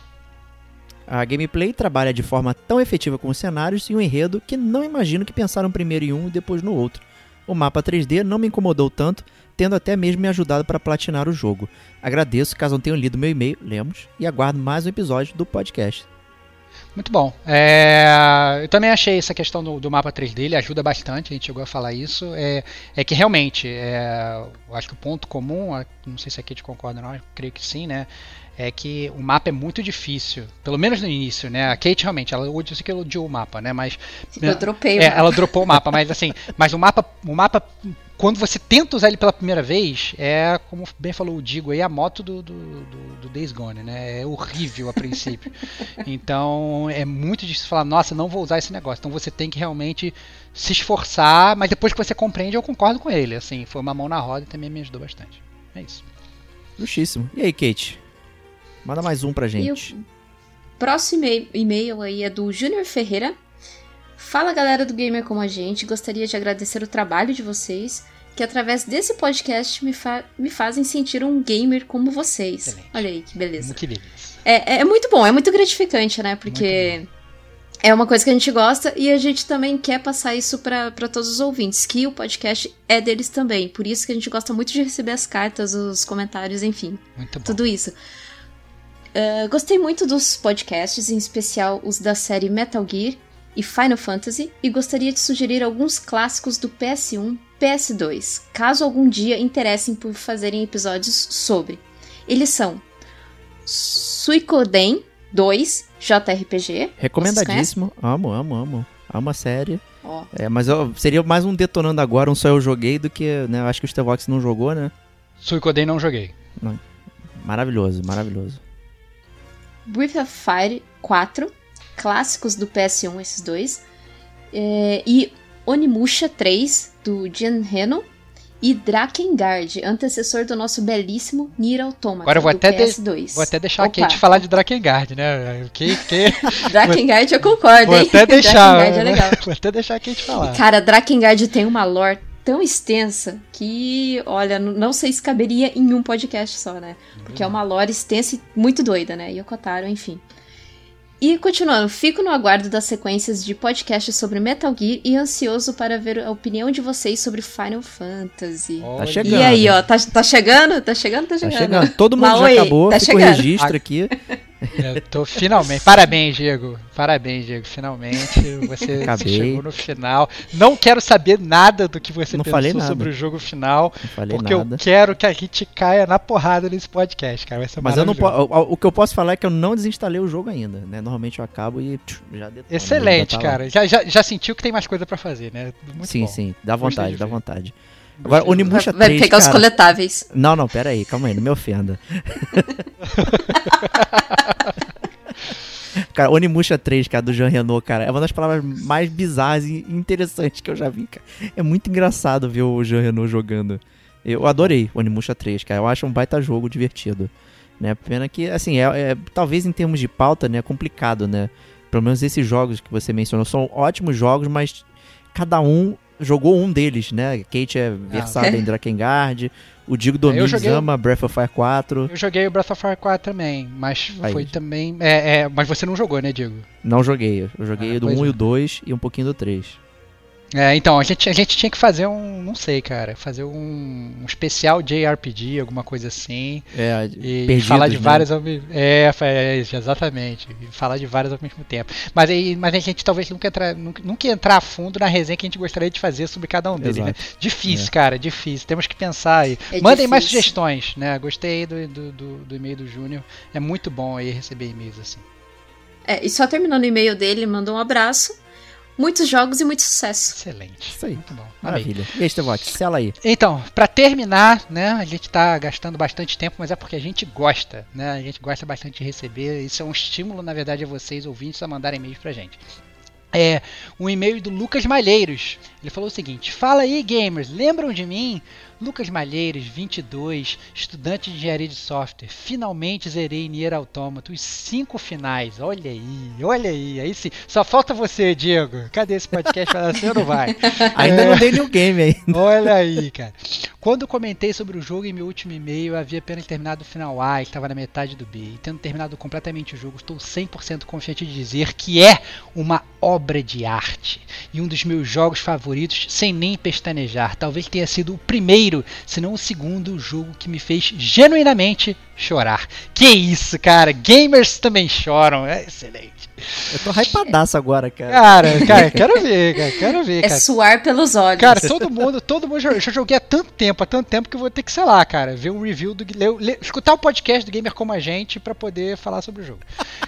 A gameplay trabalha de forma tão efetiva com os cenários e um enredo que não imagino que pensaram primeiro em um e depois no outro. O mapa 3D não me incomodou tanto, tendo até mesmo me ajudado para platinar o jogo. Agradeço caso não tenham lido meu e-mail, lemos, e aguardo mais um episódio do podcast. Muito bom. Eu também achei essa questão do mapa 3D, ele ajuda bastante, a gente chegou a falar isso. É que realmente, eu acho que o ponto comum, não sei se a Kate concorda ou não, eu creio que sim, né? É que o mapa é muito difícil, pelo menos no início, né? A Kate realmente, ela disse que ela odiou o mapa, né? Mas eu dropei o mapa. Ela dropou o mapa, mas assim, o mapa, quando você tenta usar ele pela primeira vez, como bem falou o Digo aí, a moto do Days Gone, né? É horrível a princípio. Então é muito difícil falar, nossa, não vou usar esse negócio. Então você tem que realmente se esforçar, mas depois que você compreende, eu concordo com ele. Assim, foi uma mão na roda e também me ajudou bastante. É isso. Justíssimo. E aí, Kate? Manda mais um pra gente. E o próximo e-mail aí é do Júnior Ferreira. Fala, galera do Gamer Como a Gente. Gostaria de agradecer o trabalho de vocês, que através desse podcast me fazem sentir um gamer como vocês. Excelente. Olha aí, que beleza. Que beleza. É muito bom, é muito gratificante, né? Porque é uma coisa que a gente gosta e a gente também quer passar isso pra todos os ouvintes, que o podcast é deles também. Por isso que a gente gosta muito de receber as cartas, os comentários, enfim. Muito bom. Tudo isso. Gostei muito dos podcasts, em especial os da série Metal Gear e Final Fantasy, e gostaria de sugerir alguns clássicos do PS1, PS2, caso algum dia interessem por fazerem episódios sobre. Eles são Suikoden 2 JRPG. Recomendadíssimo. Amo. Amo a série. Mas seria mais um detonando agora, um só eu joguei do que, né? Eu acho que o Stevox não jogou, né? Suikoden não joguei. Não. Maravilhoso. Breath of Fire 4, clássicos do PS1, esses dois. E Onimusha 3, do Jan Reno. e Drakengard, antecessor do nosso belíssimo Nier Automata. Agora eu vou do até, PS2. vou até deixar a Opa. Kate falar de Drakengard, né? Drakengard eu concordo, Vou hein? até deixar. Drakengard é legal. Vou até deixar a Kate falar. Cara, Drakengard tem uma lore tão extensa que, olha, não sei se caberia em um podcast só, né? Porque é uma lore extensa e muito doida, né? Yokotaro, enfim. E continuando, fico no aguardo das sequências de podcasts sobre Metal Gear e ansioso para ver a opinião de vocês sobre Final Fantasy. Tá chegando. E aí, ó, tá chegando? Tá chegando? Tá chegando. Todo mundo Maui, já acabou, tá fica o chegando. registro aqui. Eu tô finalmente. Parabéns, Diego. Parabéns, Diego. Finalmente você Acabei. chegou no final. Não quero saber nada do que você Não falei pensou nada. sobre o jogo final. Não falei Porque nada. eu quero que a gente caia na porrada nesse podcast, cara. Vai ser Mas eu não maravilhoso. o que eu posso falar é que eu não desinstalei o jogo ainda, né? Normalmente eu acabo e já detono. Excelente, Já tá lá. cara. Já sentiu que tem mais coisa pra fazer, né? Muito Sim, bom. sim. Dá Gostei vontade, de dá ver. vontade. Agora, Gostei de ver. Onimusha Vai 3, pegar os cara... coletáveis. Não, pera aí, calma aí, não me ofenda. Cara, Onimusha 3, cara, do Jean Renault, cara, é uma das palavras mais bizarras e interessantes que eu já vi, cara. É muito engraçado ver o Jean Renault jogando. Eu adorei Onimusha 3, cara. Eu acho um baita jogo divertido. Né? Pena que, assim, talvez em termos de pauta, né, é complicado, né? Pelo menos esses jogos que você mencionou são ótimos jogos, mas cada um jogou um deles, né? Kate é versada em Drakengard, o Digo Domingues ama Breath of Fire 4. Eu joguei o Breath of Fire 4 também, mas Aí. foi também... mas você não jogou, né, Diego? Não joguei, eu joguei do pois 1 e é. o 2 e um pouquinho do 3. Então, a gente tinha que fazer não sei, cara, fazer um especial JRPG, alguma coisa assim. E Perdidos, falar de né? várias exatamente. E falar de várias ao mesmo tempo. Mas a gente talvez nunca ia entrar a fundo na resenha que a gente gostaria de fazer sobre cada um deles, né? Difícil, cara, difícil. Temos que pensar aí. Mandem mais sugestões, né? Gostei do e-mail do Júnior. É muito bom aí receber e-mails assim. E só terminando o e-mail dele, ele mandou um abraço. Muitos jogos e muito sucesso. Excelente. Isso aí. Muito bom. Maravilha. E aí, Estevox, sela aí. Então, pra terminar, né, a gente tá gastando bastante tempo, mas é porque a gente gosta, né? A gente gosta bastante de receber. Isso é um estímulo, na verdade, a vocês, ouvintes, a mandarem e-mails pra gente. Um e-mail do Lucas Malheiros. Ele falou o seguinte: fala aí, gamers, lembram de mim? Lucas Malheiros, 22, estudante de engenharia de software. Finalmente zerei Nier Automata, os 5 finais. Olha aí. Aí sim. Só falta você, Diego. Cadê esse podcast? Fala assim, ou não vai? Ainda não dei New Game ainda. Olha aí, cara. Quando comentei sobre o jogo em meu último e-mail, eu havia apenas terminado o final A e estava na metade do B. E tendo terminado completamente o jogo, estou 100% confiante de dizer que é uma obra de arte. E um dos meus jogos favoritos, sem nem pestanejar. Talvez tenha sido o primeiro, se não o segundo, jogo que me fez genuinamente chorar. Que isso, cara. Gamers também choram. É excelente. Eu tô hypadaço agora, cara. Cara, quero ver, cara. Suar pelos olhos. Cara, todo mundo já joguei há tanto tempo que eu vou ter que, sei lá, cara, ver um review escutar o podcast do Gamer Como a Gente pra poder falar sobre o jogo.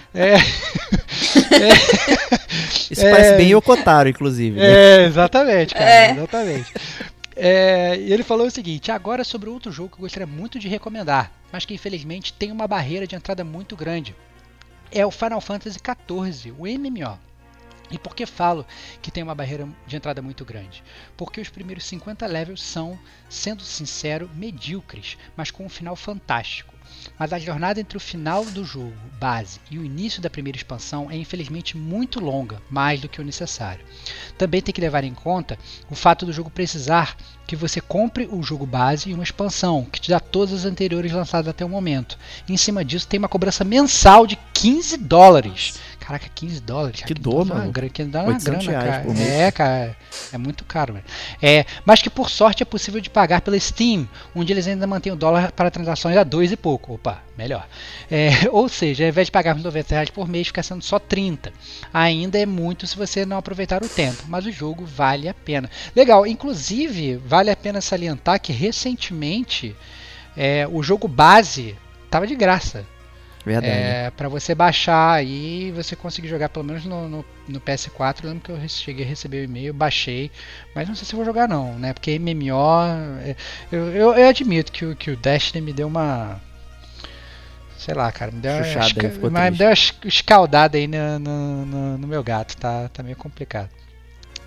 Isso parece bem Yokotaro, inclusive. Né? Exatamente, cara, exatamente. E ele falou o seguinte: agora sobre outro jogo que eu gostaria muito de recomendar, mas que infelizmente tem uma barreira de entrada muito grande. É o Final Fantasy XIV, o MMO. E por que falo que tem uma barreira de entrada muito grande? Porque os primeiros 50 levels são, sendo sincero, medíocres, mas com um final fantástico. Mas a jornada entre o final do jogo base e o início da primeira expansão é infelizmente muito longa, mais do que o necessário. Também tem que levar em conta o fato do jogo precisar que você compre o jogo base e uma expansão, que te dá todas as anteriores lançadas até o momento. E em cima disso tem uma cobrança mensal de $15. Caraca, $15. Que dor, mano. Que dá uma grana, cara. Por mês. Cara. É muito caro, velho. Mas que por sorte é possível de pagar pela Steam, onde eles ainda mantêm o dólar para transações a 2 e pouco. Opa, melhor. Ou seja, ao invés de pagar R$90 por mês, fica sendo só 30. Ainda é muito se você não aproveitar o tempo, mas o jogo vale a pena. Legal, inclusive, vale a pena salientar que recentemente o jogo base estava de graça. Verdade. Pra você baixar e você conseguir jogar pelo menos no PS4. Eu lembro que eu cheguei a receber o e-mail, baixei, mas não sei se eu vou jogar não, né? Porque MMO, eu admito que o Destiny me deu uma, sei lá, cara, me deu uma escaldada aí no meu gato, tá meio complicado.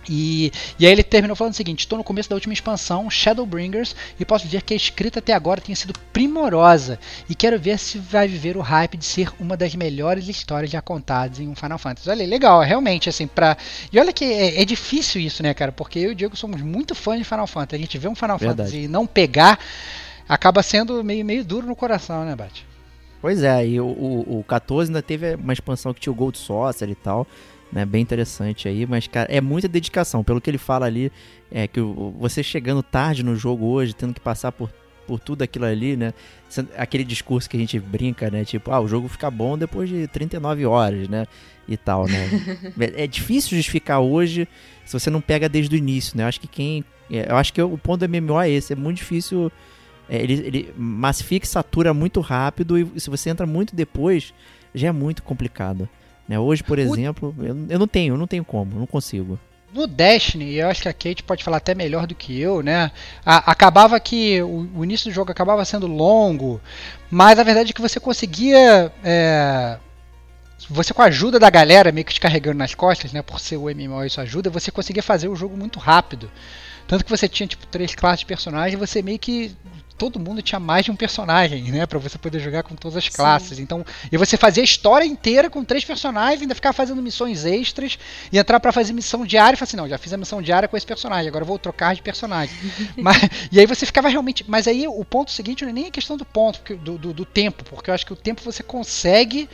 E aí ele terminou falando o seguinte: estou no começo da última expansão, Shadowbringers, e posso dizer que a escrita até agora tem sido primorosa e quero ver se vai viver o hype de ser uma das melhores histórias já contadas em um Final Fantasy. Olha, legal, realmente, assim, e olha que é difícil isso, né, cara, porque eu e o Diego somos muito fãs de Final Fantasy, a gente vê um Final Fantasy e não pegar, acaba sendo meio duro no coração, né, Bate? Pois é, e o 14 ainda teve uma expansão que tinha o Gold Saucer e tal, né, bem interessante aí, mas, cara, é muita dedicação. Pelo que ele fala ali, é que você chegando tarde no jogo hoje, tendo que passar por tudo aquilo ali, né, aquele discurso que a gente brinca, né, tipo, o jogo fica bom depois de 39 horas, né, e tal, né. É difícil justificar hoje se você não pega desde o início, né. Eu acho que o ponto do MMO é esse, é muito difícil, ele massifica e satura muito rápido, e se você entra muito depois, já é muito complicado. Hoje, por exemplo, eu não tenho como, não consigo. No Destiny, eu acho que a Kate pode falar até melhor do que eu, né? Acabava que o início do jogo acabava sendo longo, mas a verdade é que você conseguia, você com a ajuda da galera meio que te carregando nas costas, né? Por ser o MMO, isso ajuda, você conseguia fazer o jogo muito rápido. Tanto que você tinha tipo 3 classes de personagens, você meio que todo mundo tinha mais de um personagem, né, pra você poder jogar com todas as classes. Sim. Então, e você fazia a história inteira com 3 personagens, ainda ficava fazendo missões extras e entrar pra fazer missão diária e falar assim, não, já fiz a missão diária com esse personagem, agora eu vou trocar de personagem. E aí você ficava realmente, mas aí o ponto seguinte não é nem a questão do ponto, do tempo, porque eu acho que o tempo você consegue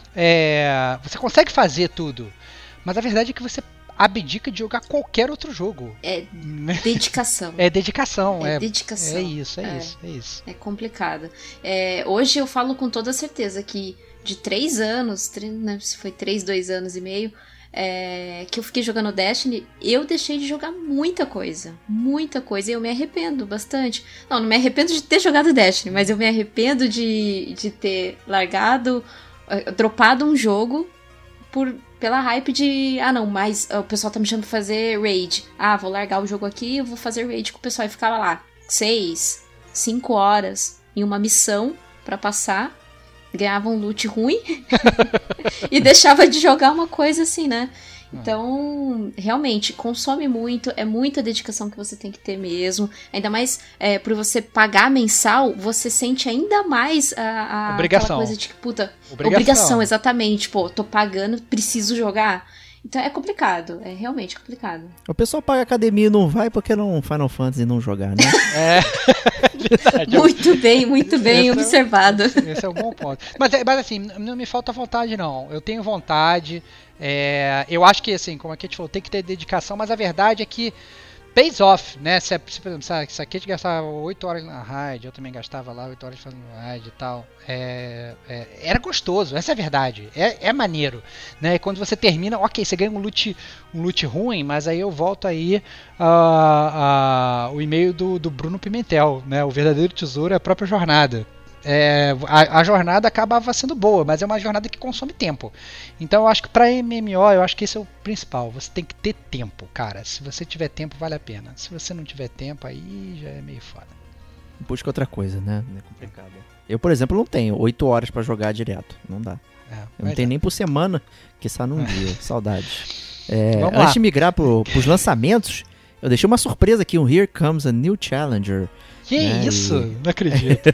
fazer tudo, mas a verdade é que você abdica de jogar qualquer outro jogo. É dedicação. É dedicação. É dedicação. É isso. É complicado. Hoje eu falo com toda certeza que de 3 anos, se foi 2 anos e meio, que eu fiquei jogando Destiny, eu deixei de jogar muita coisa. Muita coisa. E eu me arrependo bastante. Não me arrependo de ter jogado Destiny, mas eu me arrependo de ter dropado um jogo pela hype de, mas o pessoal tá me chamando pra fazer raid. Vou largar o jogo aqui, eu vou fazer raid com o pessoal. E ficava lá 6, 5 horas em uma missão pra passar, ganhava um loot ruim e deixava de jogar uma coisa assim, né? Então, realmente, consome muito, é muita dedicação que você tem que ter mesmo. Ainda mais por você pagar mensal, você sente ainda mais obrigação. Aquela coisa de que, obrigação, exatamente. Pô, tô pagando, preciso jogar. Então é complicado, é realmente complicado. O pessoal paga academia e não vai porque não Final Fantasy não jogar, né? Verdade. Muito bem observado. Esse é um bom ponto. Mas assim, não me falta vontade, não. Eu tenho vontade. Eu acho que, assim, como a Kate falou, tem que ter dedicação, mas a verdade é que pays off, né? Se por exemplo, se a Kate gastava 8 horas na raid, eu também gastava lá 8 horas fazendo raid e tal, era gostoso, essa é a verdade, é maneiro, né? E quando você termina, ok, você ganha um loot ruim, mas aí eu volto aí o e-mail do Bruno Pimentel, né? O verdadeiro tesouro é a própria jornada. A jornada acabava sendo boa, mas é uma jornada que consome tempo. Então eu acho que pra MMO, eu acho que esse é o principal. Você tem que ter tempo, cara. Se você tiver tempo, vale a pena. Se você não tiver tempo, aí já é meio foda. Busca outra coisa, né? É complicado. Eu, por exemplo, não tenho 8 horas pra jogar direto. Não dá. Eu não tenho nem por semana, que só num dia. Saudade. Antes de migrar pros lançamentos, eu deixei uma surpresa aqui, um Here Comes a New Challenger. Que isso? Não acredito.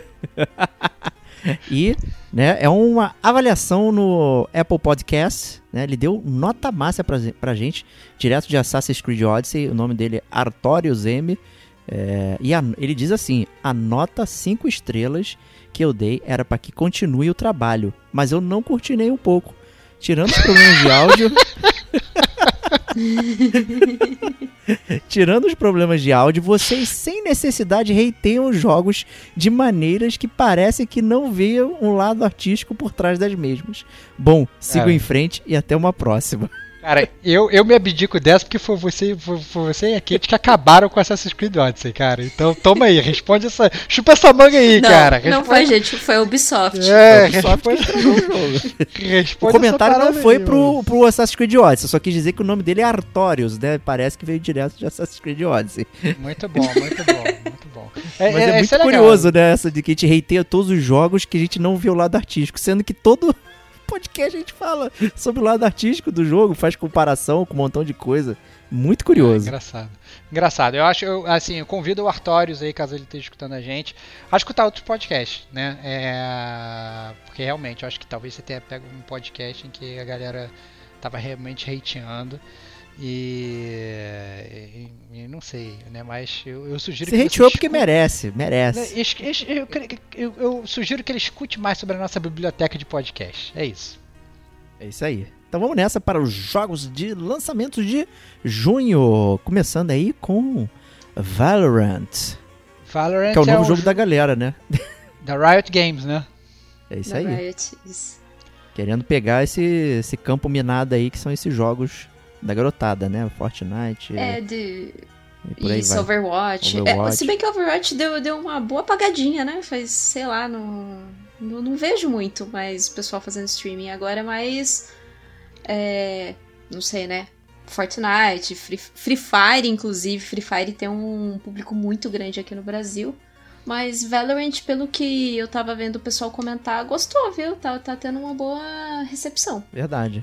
E, né, é uma avaliação no Apple Podcast, né? Ele deu nota máxima pra gente, direto de Assassin's Creed Odyssey. O nome dele é Artorius M. E ele diz assim: a nota 5 estrelas que eu dei era para que continue o trabalho, mas eu não curti nem um pouco. Tirando os problemas de áudio... Tirando os problemas de áudio, vocês sem necessidade hateiam os jogos de maneiras que parecem que não veem um lado artístico por trás das mesmas. Bom, sigo em frente e até uma próxima. Cara, eu me abdico dessa porque foi você e a Kate que acabaram com Assassin's Creed Odyssey, cara. Então toma aí, responde chupa essa manga aí, cara. Não foi, gente, foi a Ubisoft. Ubisoft que estragou o jogo. O comentário não foi pro Assassin's Creed Odyssey, só quis dizer que o nome dele é Artorius, né? Parece que veio direto de Assassin's Creed Odyssey. Muito bom. Mas é muito curioso, né, essa de que a gente hateia todos os jogos que a gente não vê o lado artístico, sendo que todo podcast a gente fala sobre o lado artístico do jogo, faz comparação com um montão de coisa. Muito curioso. Engraçado. Eu convido o Artorius aí, caso ele esteja escutando a gente, a escutar outros podcasts, né? Porque realmente, eu acho que talvez você tenha pego um podcast em que a galera tava realmente hateando. E não sei, né? Mas eu sugiro que você hateou porque merece. Eu sugiro que ele escute mais sobre a nossa biblioteca de podcast. É isso. É isso aí. Então vamos nessa para os jogos de lançamento de junho. Começando aí com Valorant. Que é o novo jogo da galera, né? Da Riot Games, né? É isso da aí. Riot, isso. Querendo pegar esse campo minado aí, que são esses jogos da garotada, né? Fortnite. Isso, Overwatch. Se bem que Overwatch deu uma boa apagadinha, né? Faz, sei lá, não vejo muito mais pessoal fazendo streaming. Agora é mais... não sei, né? Fortnite, Free Fire, inclusive. Free Fire tem um público muito grande aqui no Brasil. Mas Valorant, pelo que eu tava vendo o pessoal comentar, gostou, viu? Tá tendo uma boa recepção. Verdade.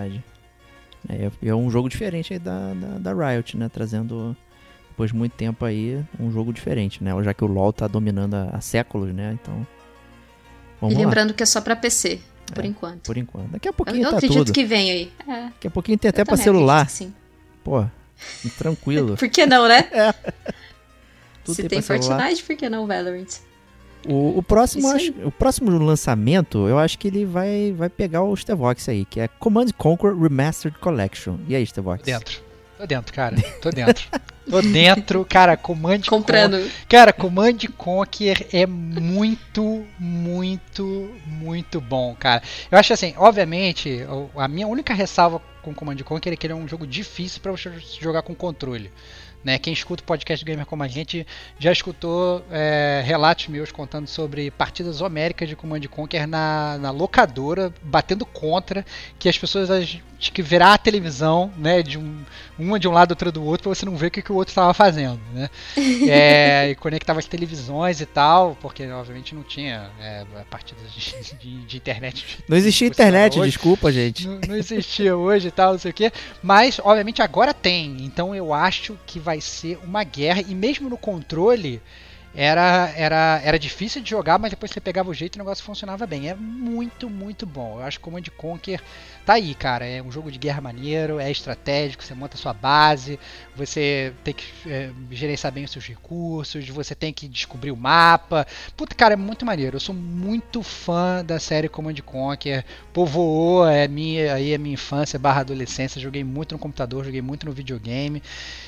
É um jogo diferente aí da Riot, né? Trazendo, depois de muito tempo aí, um jogo diferente, né? Já que o LoL tá dominando há séculos, né? Então, vamos lá. E lembrando lá. que é só pra PC, por enquanto. Por enquanto. Daqui a pouquinho eu tá tudo. Eu acredito que vem aí. Daqui a pouquinho tem até pra celular. Sim. Pô, tranquilo. Por que não, né? Se tem Fortnite, por que não Valorant? O próximo lançamento, eu acho que ele vai pegar o Stevox aí, que é Command & Conquer Remastered Collection. E aí, Stevox? Tô dentro, cara. Tô dentro, cara. Comprando. Cara, Command & Conquer é muito, muito, muito bom, cara. Eu acho assim, obviamente, a minha única ressalva com Command & Conquer é que ele é um jogo difícil pra você jogar com controle. Né, quem escuta o podcast Gamer como a gente já escutou relatos meus contando sobre partidas homéricas de Command & Conquer na locadora, batendo contra, que as pessoas tinham que virar a televisão, né, uma de um lado, outra do outro, para você não ver o que o outro estava fazendo, né? E conectava as televisões e tal, porque obviamente não tinha partidas de internet. Não existia internet, desculpa, gente. Não existia hoje e tal, não sei o que, mas obviamente agora tem, então eu acho que vai ser uma guerra, e mesmo no controle era difícil de jogar, mas depois você pegava o jeito e o negócio funcionava bem. É muito, muito bom. Eu acho que Command & Conquer tá aí, cara. É um jogo de guerra maneiro, é estratégico, você monta a sua base, você tem que gerenciar bem os seus recursos, você tem que descobrir o mapa. Puta, cara, é muito maneiro. Eu sou muito fã da série Command & Conquer. Povoou a minha infância / adolescência. Joguei muito no computador, joguei muito no videogame.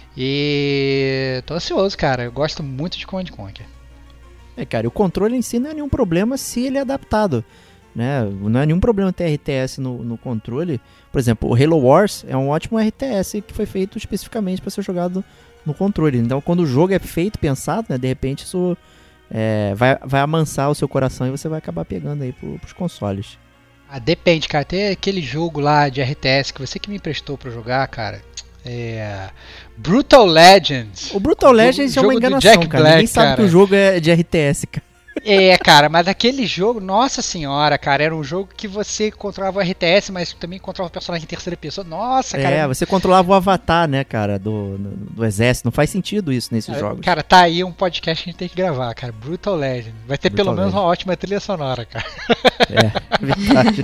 E tô ansioso, cara. Eu gosto muito de Command & Conquer. Cara, o controle em si não é nenhum problema se ele é adaptado, né? Não é nenhum problema ter RTS no controle. Por exemplo, o Halo Wars é um ótimo RTS que foi feito especificamente para ser jogado no controle. Então, quando o jogo é feito, pensado, né? De repente isso vai amansar o seu coração e você vai acabar pegando aí pros consoles. Depende, cara. Tem aquele jogo lá de RTS que você que me emprestou para jogar, cara. Brutal Legends. O Brutal Legends é uma enganação, cara. Black, ninguém sabe que o jogo é de RTS, cara. Cara, mas aquele jogo, nossa senhora, cara, era um jogo que você controlava o RTS, mas também controlava o personagem em terceira pessoa. Nossa, cara. Você controlava o avatar, né, cara, do exército. Não faz sentido isso nesses jogos. Cara, tá aí um podcast que a gente tem que gravar, cara. Brutal Legend. Vai ter pelo menos uma ótima trilha sonora, cara. Verdade.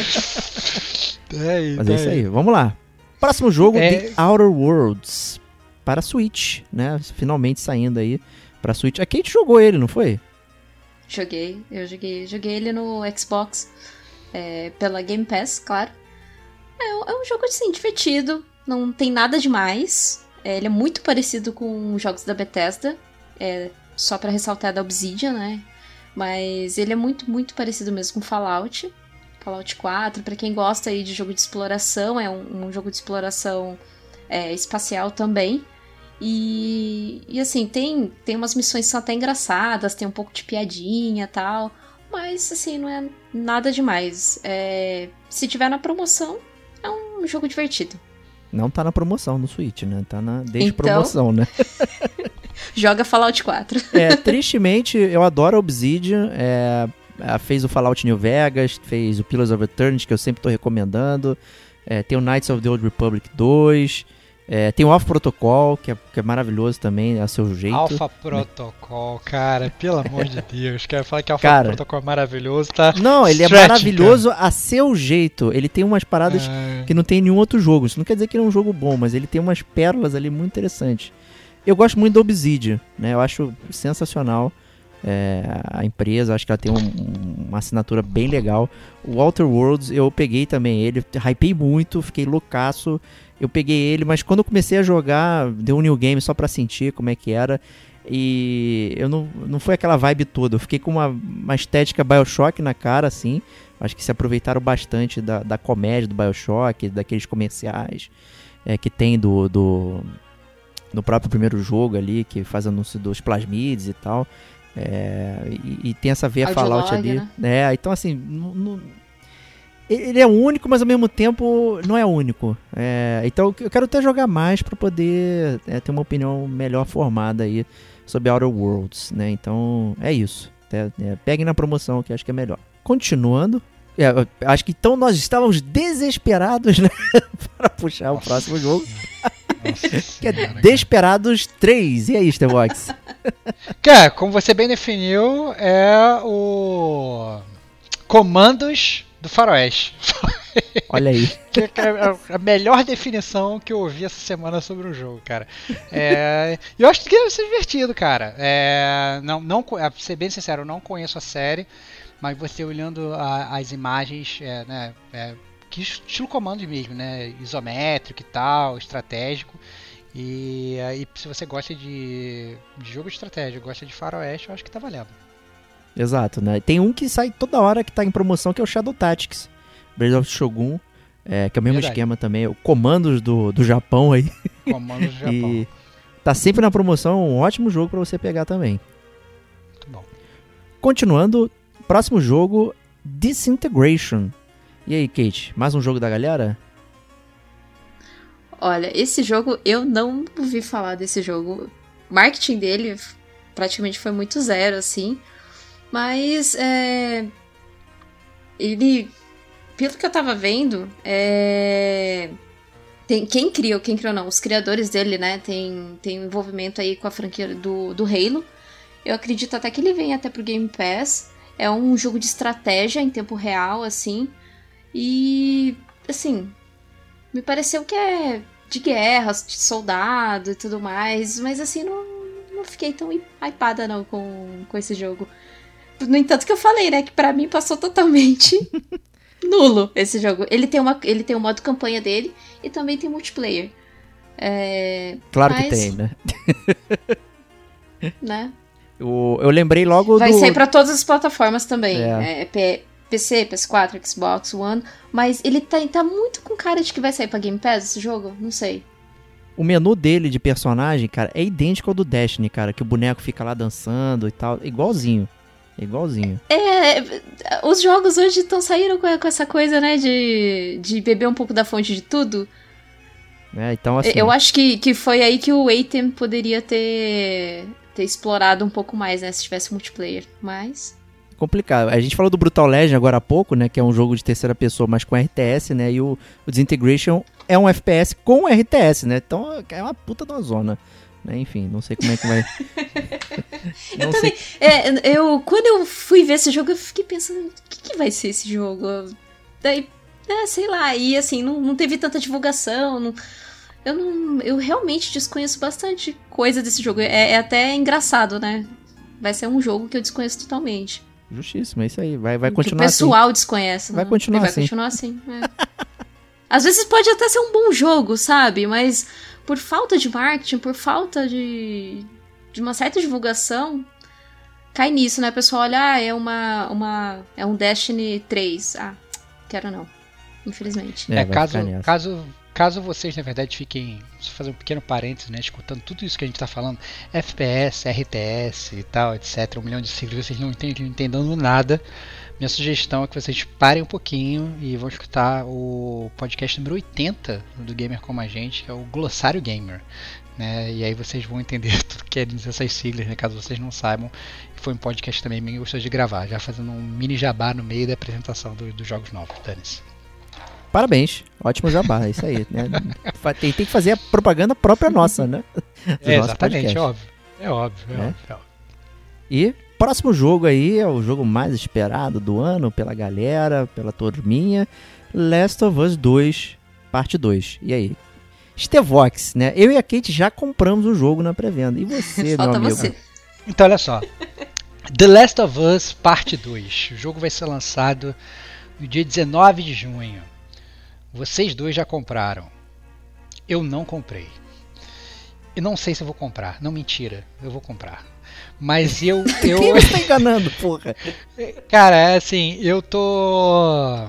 Mas é isso aí, vamos lá. Próximo jogo, The Outer Worlds, para Switch, né? Finalmente saindo aí para Switch. A Kate jogou ele, não foi? Joguei ele no Xbox, pela Game Pass, claro. É um jogo, assim, divertido, não tem nada demais. Ele é muito parecido com os jogos da Bethesda, só pra ressaltar da Obsidian, né? Mas ele é muito, muito parecido mesmo com Fallout 4, pra quem gosta aí de jogo de exploração, é um jogo de exploração espacial também. E assim, tem umas missões que são até engraçadas, tem um pouco de piadinha e tal, mas assim, não é nada demais. Se tiver na promoção, é um jogo divertido. Não tá na promoção no Switch, né? Tá desde promoção, né? Joga Fallout 4. Tristemente, eu adoro Obsidian, fez o Fallout New Vegas, fez o Pillars of Eternity, que eu sempre tô recomendando. Tem o Knights of the Old Republic 2. Tem o Alpha Protocol, que é maravilhoso também, a seu jeito. Alpha Protocol, cara, pelo amor de Deus. Quero falar que Alpha Protocol é maravilhoso, tá? Não, ele é maravilhoso a seu jeito. Ele tem umas paradas que não tem em nenhum outro jogo. Isso não quer dizer que ele é um jogo bom, mas ele tem umas pérolas ali muito interessantes. Eu gosto muito da Obsidian, né? Eu acho sensacional a empresa, acho que ela tem uma assinatura bem legal. O Outer Worlds, eu peguei também ele, hypei muito, fiquei loucaço. Eu peguei ele, mas quando eu comecei a jogar, deu um new game só pra sentir como é que era. E eu não foi aquela vibe toda. Eu fiquei com uma estética BioShock na cara, assim. Acho que se aproveitaram bastante da comédia do BioShock, daqueles comerciais que tem do próprio primeiro jogo ali, que faz anúncio dos plasmids e tal. E tem essa veia Fallout ali. Né? Então, assim, ele é único, mas ao mesmo tempo não é único. Então eu quero até jogar mais para poder ter uma opinião melhor formada aí sobre Outer Worlds, né? Então é isso. Peguem na promoção, que acho que é melhor. Continuando, acho que então nós estávamos desesperados, né? para puxar o próximo jogo. Que é Desperados 3. E aí, Starbox? Cara, como você bem definiu, é o Comandos do Faroeste. Olha aí. A melhor definição que eu ouvi essa semana sobre o jogo, cara. Eu acho que deve ser divertido, cara. Pra ser bem sincero, eu não conheço a série, mas você olhando as imagens, que estilo Comandos mesmo, né? Isométrico e tal, estratégico. E se você gosta de jogo de estratégia, gosta de Faroeste, eu acho que tá valendo. Exato, né? Tem um que sai toda hora que tá em promoção, que é o Shadow Tactics, Blades of Shogun, que é o mesmo esquema também, o Comandos do Japão aí. Comandos do Japão. E tá sempre na promoção, um ótimo jogo pra você pegar também. Muito bom. Continuando, próximo jogo, Disintegration. E aí, Kate, mais um jogo da galera? Olha, esse jogo, eu não ouvi falar desse jogo. O marketing dele praticamente foi muito zero, assim. Mas, ele, pelo que eu tava vendo, quem criou não, os criadores dele, né, tem envolvimento aí com a franquia do Halo. Eu acredito até que ele vem até pro Game Pass. É um jogo de estratégia em tempo real, assim. E, assim, me pareceu que é de guerra, de soldado e tudo mais. Mas, assim, não fiquei tão hypada, não, com esse jogo. No entanto que eu falei, né, que pra mim passou totalmente nulo esse jogo. Ele tem o modo campanha dele e também tem multiplayer. Claro que tem, né? Né? Eu lembrei logo Vai sair pra todas as plataformas também. PC, PS4, Xbox One. Mas ele tá muito com cara de que vai sair pra Game Pass esse jogo? Não sei. O menu dele de personagem, cara, é idêntico ao do Destiny, cara. Que o boneco fica lá dançando e tal. Igualzinho. Os jogos hoje estão saindo com essa coisa, né? De beber um pouco da fonte de tudo. Então assim... Eu acho que foi aí que o Atem poderia ter explorado um pouco mais, né? Se tivesse multiplayer. Mas... complicado. A gente falou do Brutal Legend agora há pouco, né? Que é um jogo de terceira pessoa, mas com RTS, né? E o Disintegration é um FPS com RTS, né? Então é uma puta de uma zona. Enfim, não sei como é que vai... Eu também... quando eu fui ver esse jogo, eu fiquei pensando... O que vai ser esse jogo? Daí, sei lá. E assim, não teve tanta divulgação. Eu realmente desconheço bastante coisa desse jogo. É até engraçado, né? Vai ser um jogo que eu desconheço totalmente. Justíssimo, é isso aí. Vai continuar assim. O pessoal assim. Desconhece. Vai continuar assim. Vai continuar assim. Às vezes pode até ser um bom jogo, sabe? Mas por falta de marketing, por falta de uma certa divulgação, cai nisso, né? O pessoal olha, é um Destiny 3. Quero não. Infelizmente. Caso vocês, na verdade, fiquem... Vou fazer um pequeno parênteses, né? Escutando tudo isso que a gente tá falando, FPS, RTS e tal, etc. 1 milhão de siglas, vocês não entendendo nada. Minha sugestão é que vocês parem um pouquinho e vão escutar o podcast número 80 do Gamer Como a Gente, que é o Glossário Gamer. Né? E aí vocês vão entender tudo essas siglas, né, caso vocês não saibam. Foi um podcast também bem gostoso de gravar, já fazendo um mini jabá no meio da apresentação dos jogos novos, dane-se. Parabéns, ótimo jabá, é isso aí. Né? Tem que fazer a propaganda própria nossa, né? Exatamente, óbvio. É óbvio. E próximo jogo aí é o jogo mais esperado do ano pela galera, pela turminha, Last of Us 2, parte 2. E aí? Stevox, né? Eu e a Kate já compramos o jogo na pré-venda. E você, Falta meu amigo? você. Então, olha só. The Last of Us Parte 2. O jogo vai ser lançado no dia 19 de junho. Vocês dois já compraram. Eu não comprei. E não sei se eu vou comprar. Não, mentira. Eu vou comprar. Mas eu... Quem você tá enganando, porra? Cara, é assim, eu tô...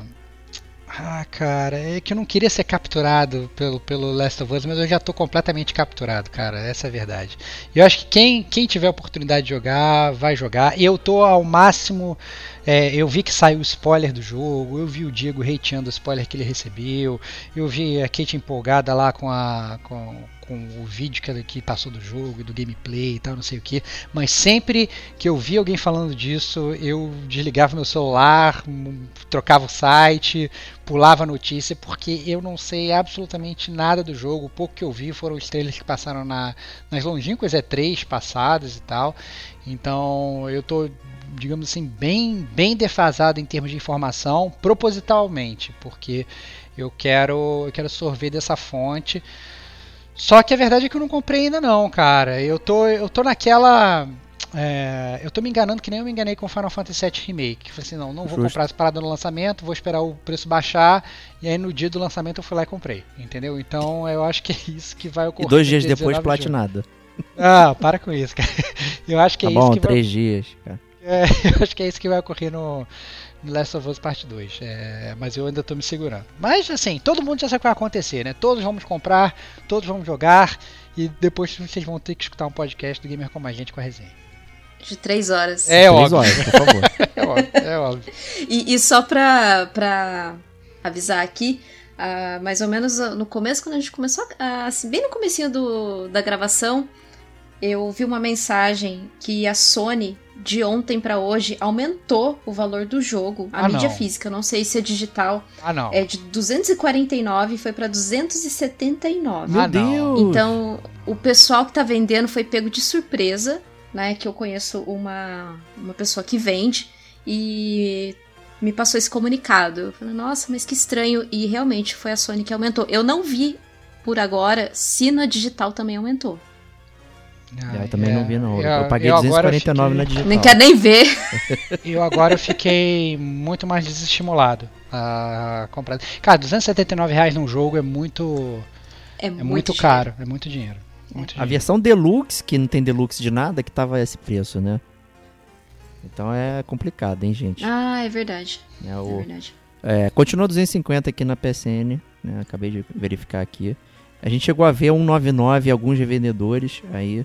cara, é que eu não queria ser capturado pelo Last of Us, mas eu já tô completamente capturado, cara, essa é a verdade. Eu acho que quem tiver a oportunidade de jogar, vai jogar. Eu tô ao máximo... eu vi que saiu o spoiler do jogo, eu vi o Diego hateando o spoiler que ele recebeu, eu vi a Kate empolgada lá com o vídeo que passou do jogo, do gameplay e tal, não sei o que. Mas sempre que eu vi alguém falando disso, eu desligava meu celular, trocava o site, pulava a notícia, porque eu não sei absolutamente nada do jogo. O pouco que eu vi foram os trailers que passaram nas longínquas E3 passadas e tal. Então eu tô, digamos assim, bem defasado em termos de informação, propositalmente, porque eu quero sorver dessa fonte. Só que a verdade é que eu não comprei ainda não, cara. Eu tô naquela... eu tô me enganando que nem eu me enganei com Final Fantasy VII Remake. Falei assim, não vou comprar essa parada no lançamento, vou esperar o preço baixar, e aí no dia do lançamento eu fui lá e comprei, entendeu? Então eu acho que é isso que vai ocorrer. E 2 dias depois platinado. Para com isso, cara. Eu acho que tá é bom, isso que 3 dias, cara. Eu acho que é isso que vai ocorrer no Last of Us Part 2, mas eu ainda tô me segurando. Mas assim, todo mundo já sabe o que vai acontecer, né? Todos vamos comprar, todos vamos jogar, e depois vocês vão ter que escutar um podcast do Gamer Como a Gente com a resenha. De 3 horas. É 3 óbvio. horas, por favor. É óbvio. E só pra avisar aqui, mais ou menos no começo, quando a gente começou, assim, bem no comecinho da gravação, eu vi uma mensagem que a Sony, de ontem pra hoje, aumentou o valor do jogo, a mídia física, não sei se é digital. Não. É de 249 e foi pra 279. Meu Deus! Então, o pessoal que tá vendendo foi pego de surpresa, né? Que eu conheço uma pessoa que vende e me passou esse comunicado. Eu falei, nossa, mas que estranho. E realmente foi a Sony que aumentou. Eu não vi, por agora, se na digital também aumentou. Eu também não vi, não. Eu paguei 249 na digital. Nem quero nem ver. Eu fiquei muito mais desestimulado a comprar. Cara, R$279 num jogo é muito caro. É muito dinheiro. A versão Deluxe, que não tem Deluxe de nada, que tava esse preço, né? Então é complicado, hein, gente? É verdade. É verdade. Continua 250 aqui na PSN, né? Acabei de verificar aqui. A gente chegou a ver 199 alguns revendedores aí,